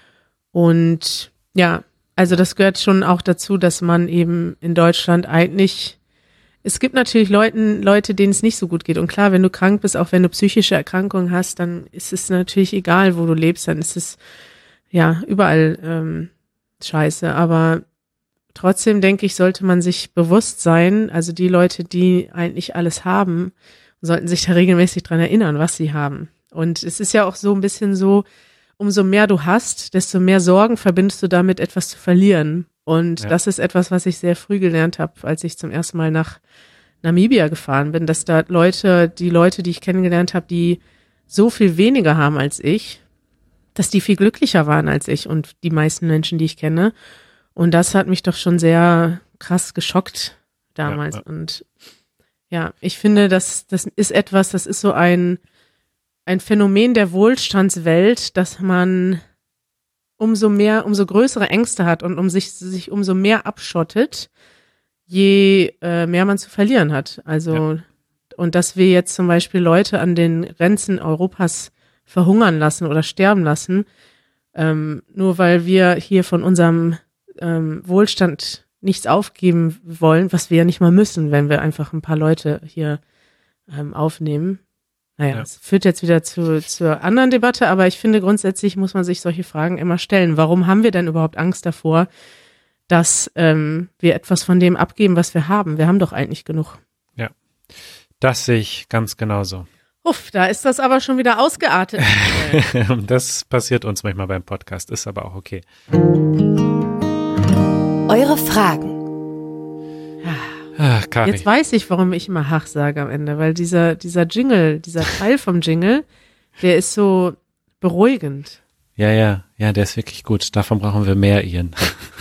Und ja, also das gehört schon auch dazu, dass man eben in Deutschland eigentlich, es gibt natürlich Leuten, Leute, denen es nicht so gut geht. Und klar, wenn du krank bist, auch wenn du psychische Erkrankungen hast, dann ist es natürlich egal, wo du lebst, dann ist es ja überall ähm, scheiße. Aber trotzdem denke ich, sollte man sich bewusst sein, also die Leute, die eigentlich alles haben, sollten sich da regelmäßig dran erinnern, was sie haben. Und es ist ja auch so ein bisschen so, umso mehr du hast, desto mehr Sorgen verbindest du damit, etwas zu verlieren. Und ja. Das ist etwas, was ich sehr früh gelernt habe, als ich zum ersten Mal nach Namibia gefahren bin, dass da Leute, die Leute, die ich kennengelernt habe, die so viel weniger haben als ich, dass die viel glücklicher waren als ich und die meisten Menschen, die ich kenne. Und das hat mich doch schon sehr krass geschockt damals. Ja, ja. Und ja, ich finde, das, das ist etwas, das ist so ein ein Phänomen der Wohlstandswelt, dass man umso mehr, umso größere Ängste hat und um sich, sich umso mehr abschottet, je äh, mehr man zu verlieren hat. Also, ja. Und dass wir jetzt zum Beispiel Leute an den Grenzen Europas verhungern lassen oder sterben lassen, ähm, nur weil wir hier von unserem ähm, Wohlstand nichts aufgeben wollen, was wir ja nicht mal müssen, wenn wir einfach ein paar Leute hier ähm, aufnehmen. Naja, ja. Es führt jetzt wieder zu, zur anderen Debatte, aber ich finde, grundsätzlich muss man sich solche Fragen immer stellen. Warum haben wir denn überhaupt Angst davor, dass ähm, wir etwas von dem abgeben, was wir haben? Wir haben doch eigentlich genug. Ja, das sehe ich ganz genauso. Uff, da ist das aber schon wieder ausgeartet. Das passiert uns manchmal beim Podcast, ist aber auch okay. Eure Fragen. Ach, Kari. Jetzt weiß ich, warum ich immer Hach sage am Ende, weil dieser, dieser Jingle, dieser Teil vom Jingle, der ist so beruhigend. Ja, ja, ja, der ist wirklich gut. Davon brauchen wir mehr, Ian.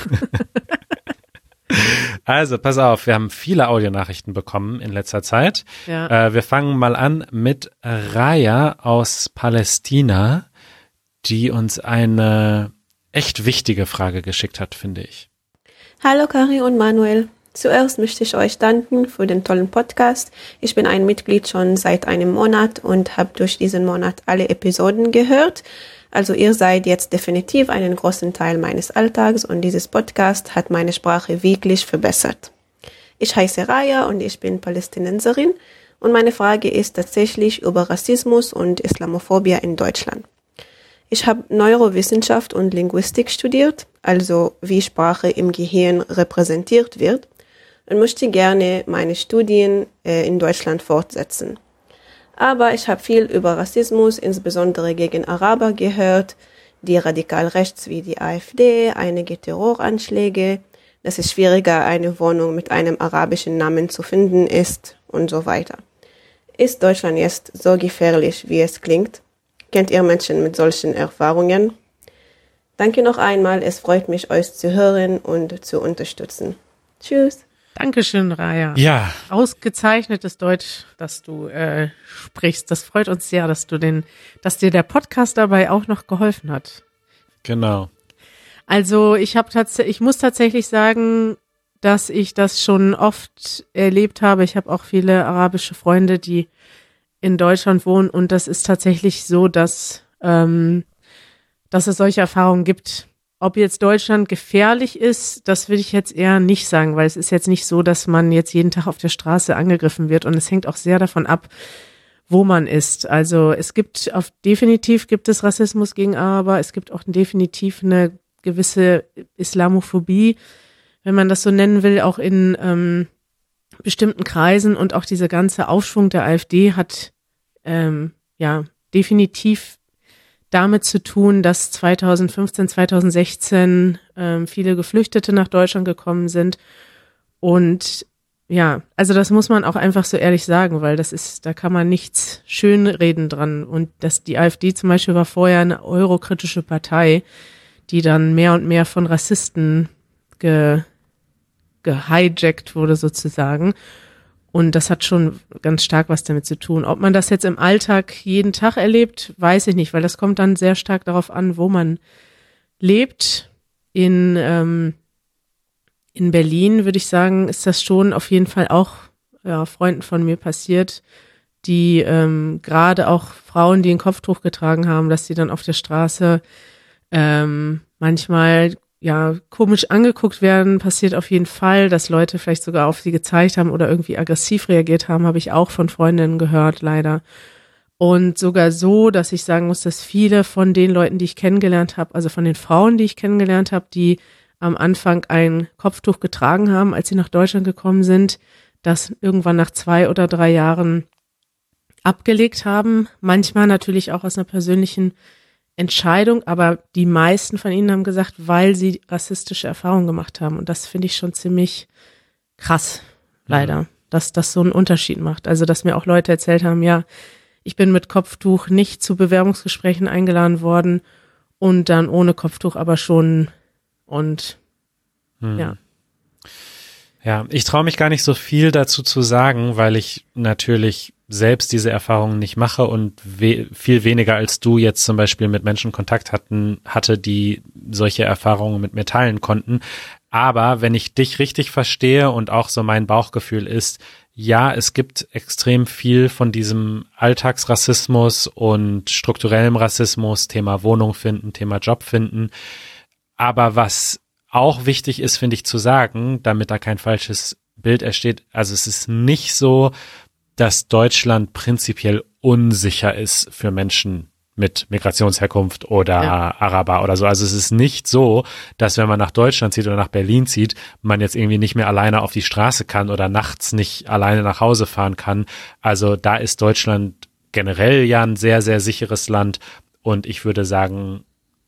Also, pass auf, wir haben viele Audionachrichten bekommen in letzter Zeit. Ja. Äh, wir fangen mal an mit Raya aus Palästina, die uns eine echt wichtige Frage geschickt hat, finde ich. Hallo Kari und Manuel. Zuerst möchte ich euch danken für den tollen Podcast. Ich bin ein Mitglied schon seit einem Monat und habe durch diesen Monat alle Episoden gehört. Also ihr seid jetzt definitiv einen großen Teil meines Alltags und dieses Podcast hat meine Sprache wirklich verbessert. Ich heiße Raya und ich bin Palästinenserin und meine Frage ist tatsächlich über Rassismus und Islamophobie in Deutschland. Ich habe Neurowissenschaft und Linguistik studiert, also wie Sprache im Gehirn repräsentiert wird, und möchte gerne meine Studien äh, in Deutschland fortsetzen. Aber ich habe viel über Rassismus, insbesondere gegen Araber, gehört, die radikal rechts wie die AfD, einige Terroranschläge, dass es schwieriger eine Wohnung mit einem arabischen Namen zu finden ist und so weiter. Ist Deutschland jetzt so gefährlich, wie es klingt? Kennt ihr Menschen mit solchen Erfahrungen? Danke noch einmal, es freut mich, euch zu hören und zu unterstützen. Tschüss. Dankeschön, Raya. Ja. Ausgezeichnetes Deutsch, das du äh, sprichst. Das freut uns sehr, dass du den, dass dir der Podcast dabei auch noch geholfen hat. Genau. Also ich habe tatsächlich, ich muss tatsächlich sagen, dass ich das schon oft erlebt habe. Ich habe auch viele arabische Freunde, die in Deutschland wohnen, und das ist tatsächlich so, dass ähm, dass es solche Erfahrungen gibt. ob jetzt Deutschland gefährlich ist, das würde ich jetzt eher nicht sagen, weil es ist jetzt nicht so, dass man jetzt jeden Tag auf der Straße angegriffen wird und es hängt auch sehr davon ab, wo man ist. Also es gibt auf definitiv gibt es Rassismus gegen Araber, es gibt auch definitiv eine gewisse Islamophobie, wenn man das so nennen will, auch in ähm, bestimmten Kreisen, und auch dieser ganze Aufschwung der AfD hat ähm, ja definitiv damit zu tun, dass zweitausendfünfzehn, zweitausendsechzehn ähm, viele Geflüchtete nach Deutschland gekommen sind. Und ja, also das muss man auch einfach so ehrlich sagen, weil das ist, da kann man nichts schönreden dran. Und dass die AfD zum Beispiel war vorher eine eurokritische Partei, die dann mehr und mehr von Rassisten ge, gehijackt wurde sozusagen. Und das hat schon ganz stark was damit zu tun. Ob man das jetzt im Alltag jeden Tag erlebt, weiß ich nicht, weil das kommt dann sehr stark darauf an, wo man lebt. In, ähm, in Berlin, würde ich sagen, ist das schon auf jeden Fall auch ja, Freunden von mir passiert, die ähm, gerade auch Frauen, die ein Kopftuch getragen haben, dass sie dann auf der Straße ähm, manchmal ja komisch angeguckt werden, passiert auf jeden Fall, dass Leute vielleicht sogar auf sie gezeigt haben oder irgendwie aggressiv reagiert haben, habe ich auch von Freundinnen gehört, leider. Und sogar so, dass ich sagen muss, dass viele von den Leuten, die ich kennengelernt habe, also von den Frauen, die ich kennengelernt habe, die am Anfang ein Kopftuch getragen haben, als sie nach Deutschland gekommen sind, das irgendwann nach zwei oder drei Jahren abgelegt haben. Manchmal natürlich auch aus einer persönlichen Entscheidung, aber die meisten von ihnen haben gesagt, weil sie rassistische Erfahrungen gemacht haben. Und das finde ich schon ziemlich krass, leider, ja. Dass das so einen Unterschied macht. Also, dass mir auch Leute erzählt haben, ja, ich bin mit Kopftuch nicht zu Bewerbungsgesprächen eingeladen worden und dann ohne Kopftuch aber schon. Und hm. ja. Ja, ich traue mich gar nicht so viel dazu zu sagen, weil ich natürlich selbst diese Erfahrungen nicht mache und we- viel weniger als du jetzt zum Beispiel mit Menschen Kontakt hatten, hatte, die solche Erfahrungen mit mir teilen konnten. Aber wenn ich dich richtig verstehe und auch so mein Bauchgefühl ist, ja, es gibt extrem viel von diesem Alltagsrassismus und strukturellem Rassismus, Thema Wohnung finden, Thema Job finden. Aber was auch wichtig ist, finde ich, zu sagen, damit da kein falsches Bild entsteht, also es ist nicht so, dass Deutschland prinzipiell unsicher ist für Menschen mit Migrationsherkunft oder ja. Araber oder so. Also es ist nicht so, dass wenn man nach Deutschland zieht oder nach Berlin zieht, man jetzt irgendwie nicht mehr alleine auf die Straße kann oder nachts nicht alleine nach Hause fahren kann. Also da ist Deutschland generell ja ein sehr, sehr sicheres Land. Und ich würde sagen,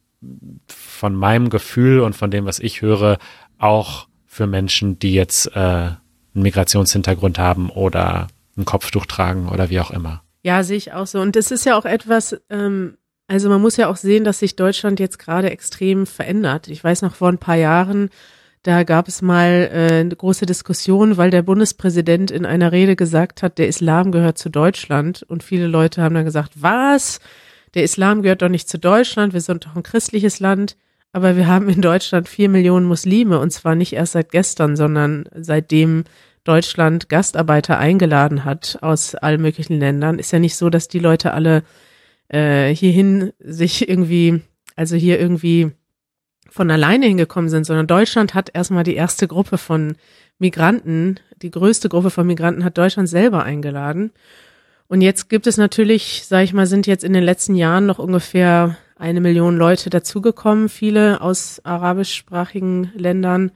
von meinem Gefühl und von dem, was ich höre, auch für Menschen, die jetzt äh, einen Migrationshintergrund haben oder ein Kopftuch tragen oder wie auch immer. Ja, sehe ich auch so. Und das ist ja auch etwas, ähm, also man muss ja auch sehen, dass sich Deutschland jetzt gerade extrem verändert. Ich weiß noch, vor ein paar Jahren, da gab es mal äh, eine große Diskussion, weil der Bundespräsident in einer Rede gesagt hat, der Islam gehört zu Deutschland. Und viele Leute haben dann gesagt, was? Der Islam gehört doch nicht zu Deutschland, wir sind doch ein christliches Land. Aber wir haben in Deutschland vier Millionen Muslime, und zwar nicht erst seit gestern, sondern seitdem Deutschland Gastarbeiter eingeladen hat aus allen möglichen Ländern. Ist ja nicht so, dass die Leute alle äh, hierhin sich irgendwie, also hier irgendwie von alleine hingekommen sind, sondern Deutschland hat erstmal die erste Gruppe von Migranten, die größte Gruppe von Migranten hat Deutschland selber eingeladen. Und jetzt gibt es natürlich, sage ich mal, sind jetzt in den letzten Jahren noch ungefähr eine Million Leute dazugekommen, viele aus arabischsprachigen Ländern.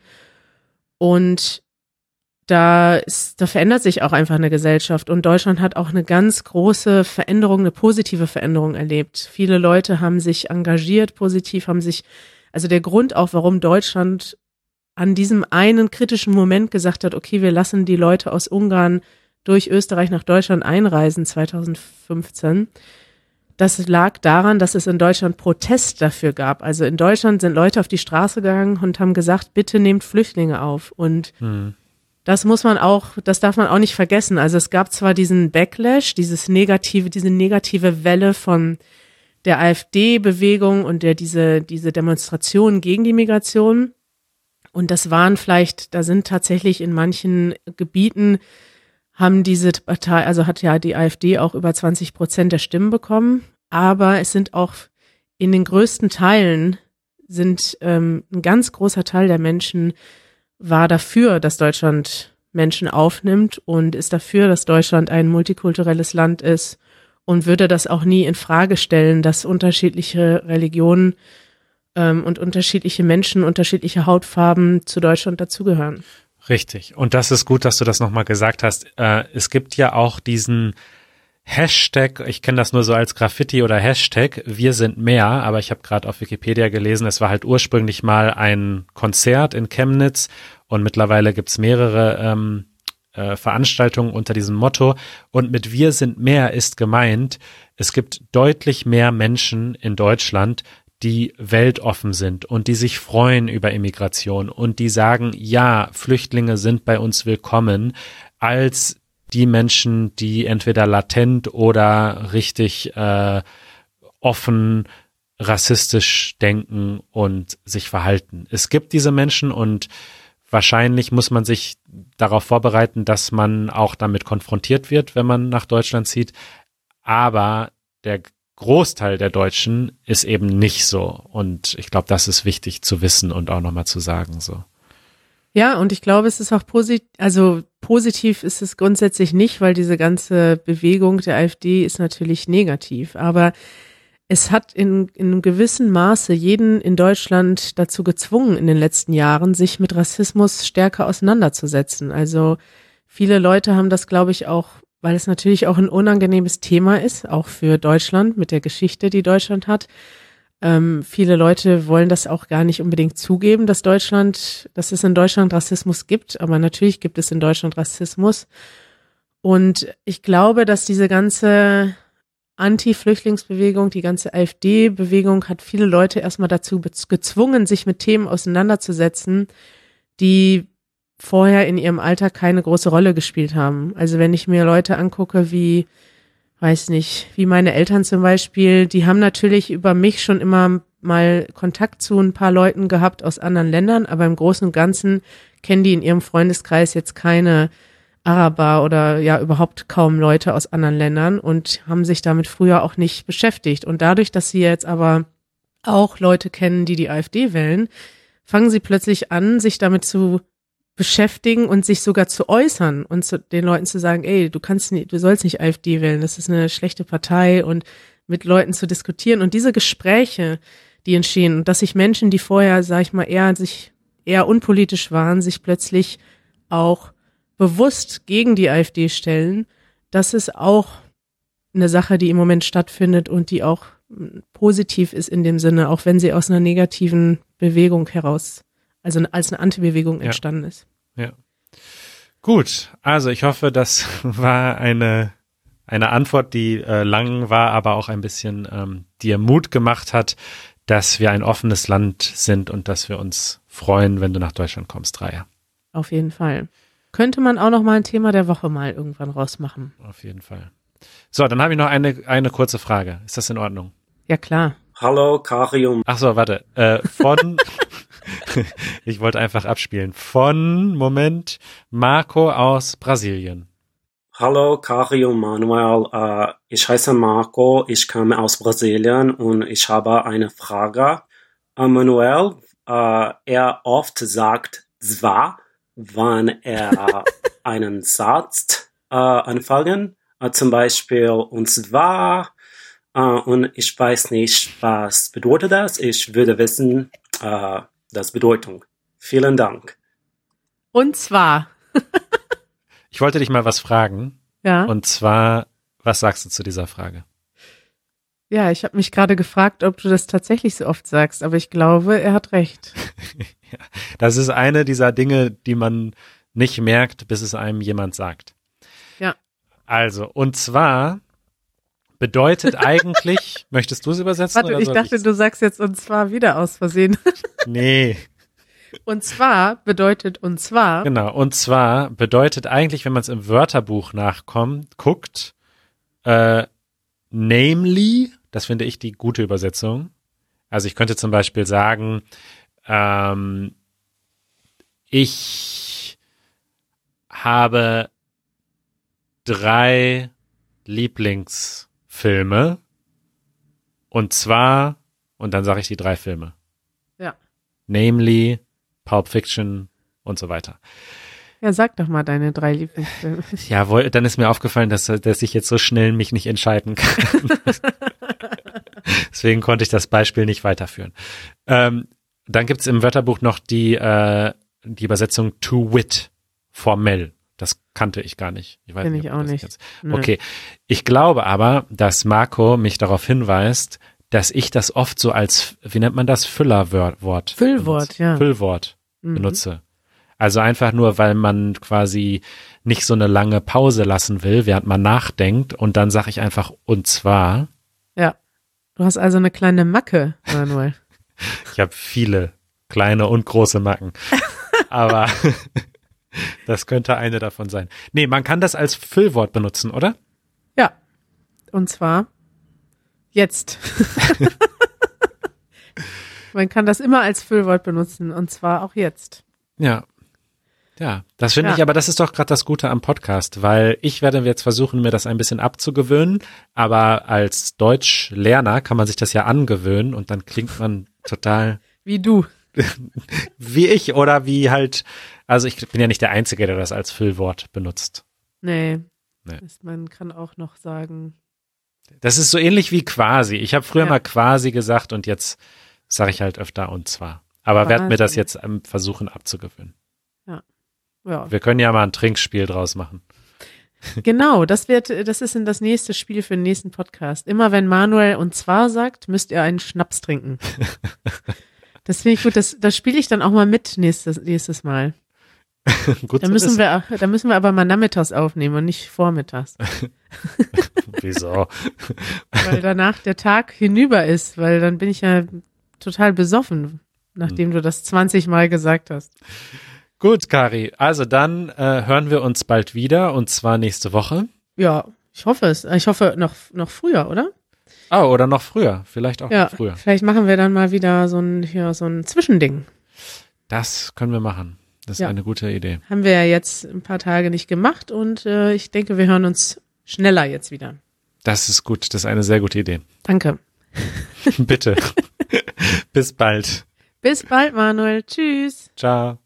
Und Da ist, da verändert sich auch einfach eine Gesellschaft, und Deutschland hat auch eine ganz große Veränderung, eine positive Veränderung erlebt. Viele Leute haben sich engagiert, positiv haben sich, also der Grund auch, warum Deutschland an diesem einen kritischen Moment gesagt hat, okay, wir lassen die Leute aus Ungarn durch Österreich nach Deutschland einreisen, zweitausendfünfzehn. Das lag daran, dass es in Deutschland Protest dafür gab. Also in Deutschland sind Leute auf die Straße gegangen und haben gesagt, bitte nehmt Flüchtlinge auf. Und hm. Das muss man auch, das darf man auch nicht vergessen. Also es gab zwar diesen Backlash, dieses negative, diese negative Welle von der AfD-Bewegung und der diese diese Demonstrationen gegen die Migration. Und das waren vielleicht, da sind tatsächlich in manchen Gebieten haben diese Partei, also hat ja die AfD auch über zwanzig Prozent der Stimmen bekommen. Aber es sind auch in den größten Teilen sind ähm, ein ganz großer Teil der Menschen war dafür, dass Deutschland Menschen aufnimmt und ist dafür, dass Deutschland ein multikulturelles Land ist und würde das auch nie in Frage stellen, dass unterschiedliche Religionen ähm, und unterschiedliche Menschen, unterschiedliche Hautfarben zu Deutschland dazugehören. Richtig. Und das ist gut, dass du das nochmal gesagt hast. Äh, es gibt ja auch diesen Hashtag, ich kenne das nur so als Graffiti oder Hashtag, wir sind mehr, aber ich habe gerade auf Wikipedia gelesen, es war halt ursprünglich mal ein Konzert in Chemnitz und mittlerweile gibt's mehrere ähm, äh, Veranstaltungen unter diesem Motto und mit wir sind mehr ist gemeint, es gibt deutlich mehr Menschen in Deutschland, die weltoffen sind und die sich freuen über Immigration und die sagen, ja, Flüchtlinge sind bei uns willkommen, als die Menschen, die entweder latent oder richtig äh, offen rassistisch denken und sich verhalten. Es gibt diese Menschen und wahrscheinlich muss man sich darauf vorbereiten, dass man auch damit konfrontiert wird, wenn man nach Deutschland zieht. Aber der Großteil der Deutschen ist eben nicht so. Und ich glaube, das ist wichtig zu wissen und auch nochmal zu sagen so. Ja, und ich glaube, es ist auch positiv, also positiv ist es grundsätzlich nicht, weil diese ganze Bewegung der AfD ist natürlich negativ, aber es hat in, in einem gewissen Maße jeden in Deutschland dazu gezwungen, in den letzten Jahren sich mit Rassismus stärker auseinanderzusetzen. Also viele Leute haben das, glaube ich, auch, weil es natürlich auch ein unangenehmes Thema ist, auch für Deutschland mit der Geschichte, die Deutschland hat. Ähm, viele Leute wollen das auch gar nicht unbedingt zugeben, dass Deutschland, dass es in Deutschland Rassismus gibt, aber natürlich gibt es in Deutschland Rassismus. Und ich glaube, dass diese ganze Anti-Flüchtlingsbewegung, die ganze AfD-Bewegung hat viele Leute erstmal dazu gezwungen, sich mit Themen auseinanderzusetzen, die vorher in ihrem Alltag keine große Rolle gespielt haben. Also wenn ich mir Leute angucke wie weiß nicht, wie meine Eltern zum Beispiel, die haben natürlich über mich schon immer mal Kontakt zu ein paar Leuten gehabt aus anderen Ländern, aber im Großen und Ganzen kennen die in ihrem Freundeskreis jetzt keine Araber oder ja überhaupt kaum Leute aus anderen Ländern und haben sich damit früher auch nicht beschäftigt. Und dadurch, dass sie jetzt aber auch Leute kennen, die die AfD wählen, fangen sie plötzlich an, sich damit zu beschäftigen und sich sogar zu äußern und zu den Leuten zu sagen, ey, du kannst nicht, du sollst nicht AfD wählen, das ist eine schlechte Partei und mit Leuten zu diskutieren und diese Gespräche, die entstehen und dass sich Menschen, die vorher, sag ich mal, eher sich eher unpolitisch waren, sich plötzlich auch bewusst gegen die AfD stellen, das ist auch eine Sache, die im Moment stattfindet und die auch positiv ist in dem Sinne, auch wenn sie aus einer negativen Bewegung heraus also als eine Antibewegung entstanden ja. ist. Ja. Gut, also ich hoffe, das war eine eine Antwort, die äh, lang war, aber auch ein bisschen ähm, dir Mut gemacht hat, dass wir ein offenes Land sind und dass wir uns freuen, wenn du nach Deutschland kommst, Raya. Auf jeden Fall. Könnte man auch noch mal ein Thema der Woche mal irgendwann rausmachen. Auf jeden Fall. So, dann habe ich noch eine eine kurze Frage. Ist das in Ordnung? Ja, klar. Hallo, Karium. Ach so, warte. Äh, von ich wollte einfach abspielen. Von, Moment, Marco aus Brasilien. Hallo, Karium Manuel. Uh, ich heiße Marco, ich komme aus Brasilien und ich habe eine Frage. Uh, Manuel, uh, er oft sagt zwar, wann er einen Satz uh, anfangen, uh, zum Beispiel und zwar, uh, und ich weiß nicht, was bedeutet das. Ich würde wissen, uh, das Bedeutung. Vielen Dank. Und zwar. Ich wollte dich mal was fragen. Ja. Und zwar, was sagst du zu dieser Frage? Ja, ich habe mich gerade gefragt, ob du das tatsächlich so oft sagst, aber ich glaube, er hat recht. Ja, das ist eine dieser Dinge, die man nicht merkt, bis es einem jemand sagt. Ja. Also, und zwar bedeutet eigentlich, möchtest du es übersetzen? Warte, oder ich soll dachte, ich's? du sagst jetzt und zwar wieder aus Versehen. Nee. Und zwar bedeutet und zwar. Genau, und zwar bedeutet eigentlich, wenn man es im Wörterbuch nachkommt, guckt, äh, namely, das finde ich die gute Übersetzung. Also ich könnte zum Beispiel sagen, ähm, ich habe drei Lieblingsfilme und zwar, und dann sage ich die drei Filme. namely Pulp Fiction und so weiter. Ja, sag doch mal deine drei Lieblingsfilme. Ja, woll, dann ist mir aufgefallen, dass, dass ich jetzt so schnell mich nicht entscheiden kann. Deswegen konnte ich das Beispiel nicht weiterführen. Ähm, dann gibt's im Wörterbuch noch die, äh, die Übersetzung to wit, formell. Das kannte ich gar nicht. Ich weiß Kenn nicht, ich ob auch du das nicht. kennst. Nö. Okay. Ich glaube aber, dass Marco mich darauf hinweist, dass ich das oft so als, wie nennt man das, Füllerwort. Füllwort, benutze. ja. Füllwort Mhm. benutze. Also einfach nur, weil man quasi nicht so eine lange Pause lassen will, während man nachdenkt und dann sage ich einfach und zwar. Ja. Du hast also eine kleine Macke, Manuel. Ich habe viele kleine und große Macken. Aber das könnte eine davon sein. Nee, man kann das als Füllwort benutzen, oder? Ja. Und zwar jetzt. Man kann das immer als Füllwort benutzen und zwar auch jetzt. Ja. Ja, das finde Ja. ich, aber das ist doch gerade das Gute am Podcast, weil ich werde jetzt versuchen, mir das ein bisschen abzugewöhnen, aber als Deutschlerner kann man sich das ja angewöhnen und dann klingt man total Wie du. wie ich oder wie halt, also ich bin ja nicht der Einzige, der das als Füllwort benutzt. Nee. Nee. Das, man kann auch noch sagen. Das ist so ähnlich wie quasi. Ich habe früher Ja. mal quasi gesagt und jetzt sage ich halt öfter und zwar. Aber werde mir das Quasi. jetzt ähm, versuchen abzugewöhnen. Ja. Wir können ja mal ein Trinkspiel draus machen. Genau, das wird, das ist in das nächste Spiel für den nächsten Podcast. Immer wenn Manuel und zwar sagt, müsst ihr einen Schnaps trinken. Das finde ich gut. Das, das spiele ich dann auch mal mit nächstes, nächstes Mal. Gut Da zu müssen wissen. wir, da müssen wir aber mal nachmittags aufnehmen und nicht vormittags, Wieso? weil danach der Tag hinüber ist, weil dann bin ich ja total besoffen, nachdem du das zwanzig Mal gesagt hast. Gut, Kari. Also dann äh, hören wir uns bald wieder und zwar nächste Woche. Ja, ich hoffe es. Ich hoffe noch, noch früher, oder? Ah, oder noch früher. Vielleicht auch Ja, noch früher. vielleicht machen wir dann mal wieder so ein, hier, so ein Zwischending. Das können wir machen. Das ist Ja. eine gute Idee. Haben wir ja jetzt ein paar Tage nicht gemacht und äh, ich denke, wir hören uns schneller jetzt wieder. Das ist gut. Das ist eine sehr gute Idee. Danke. Bitte. Bis bald. Bis bald, Manuel. Tschüss. Ciao.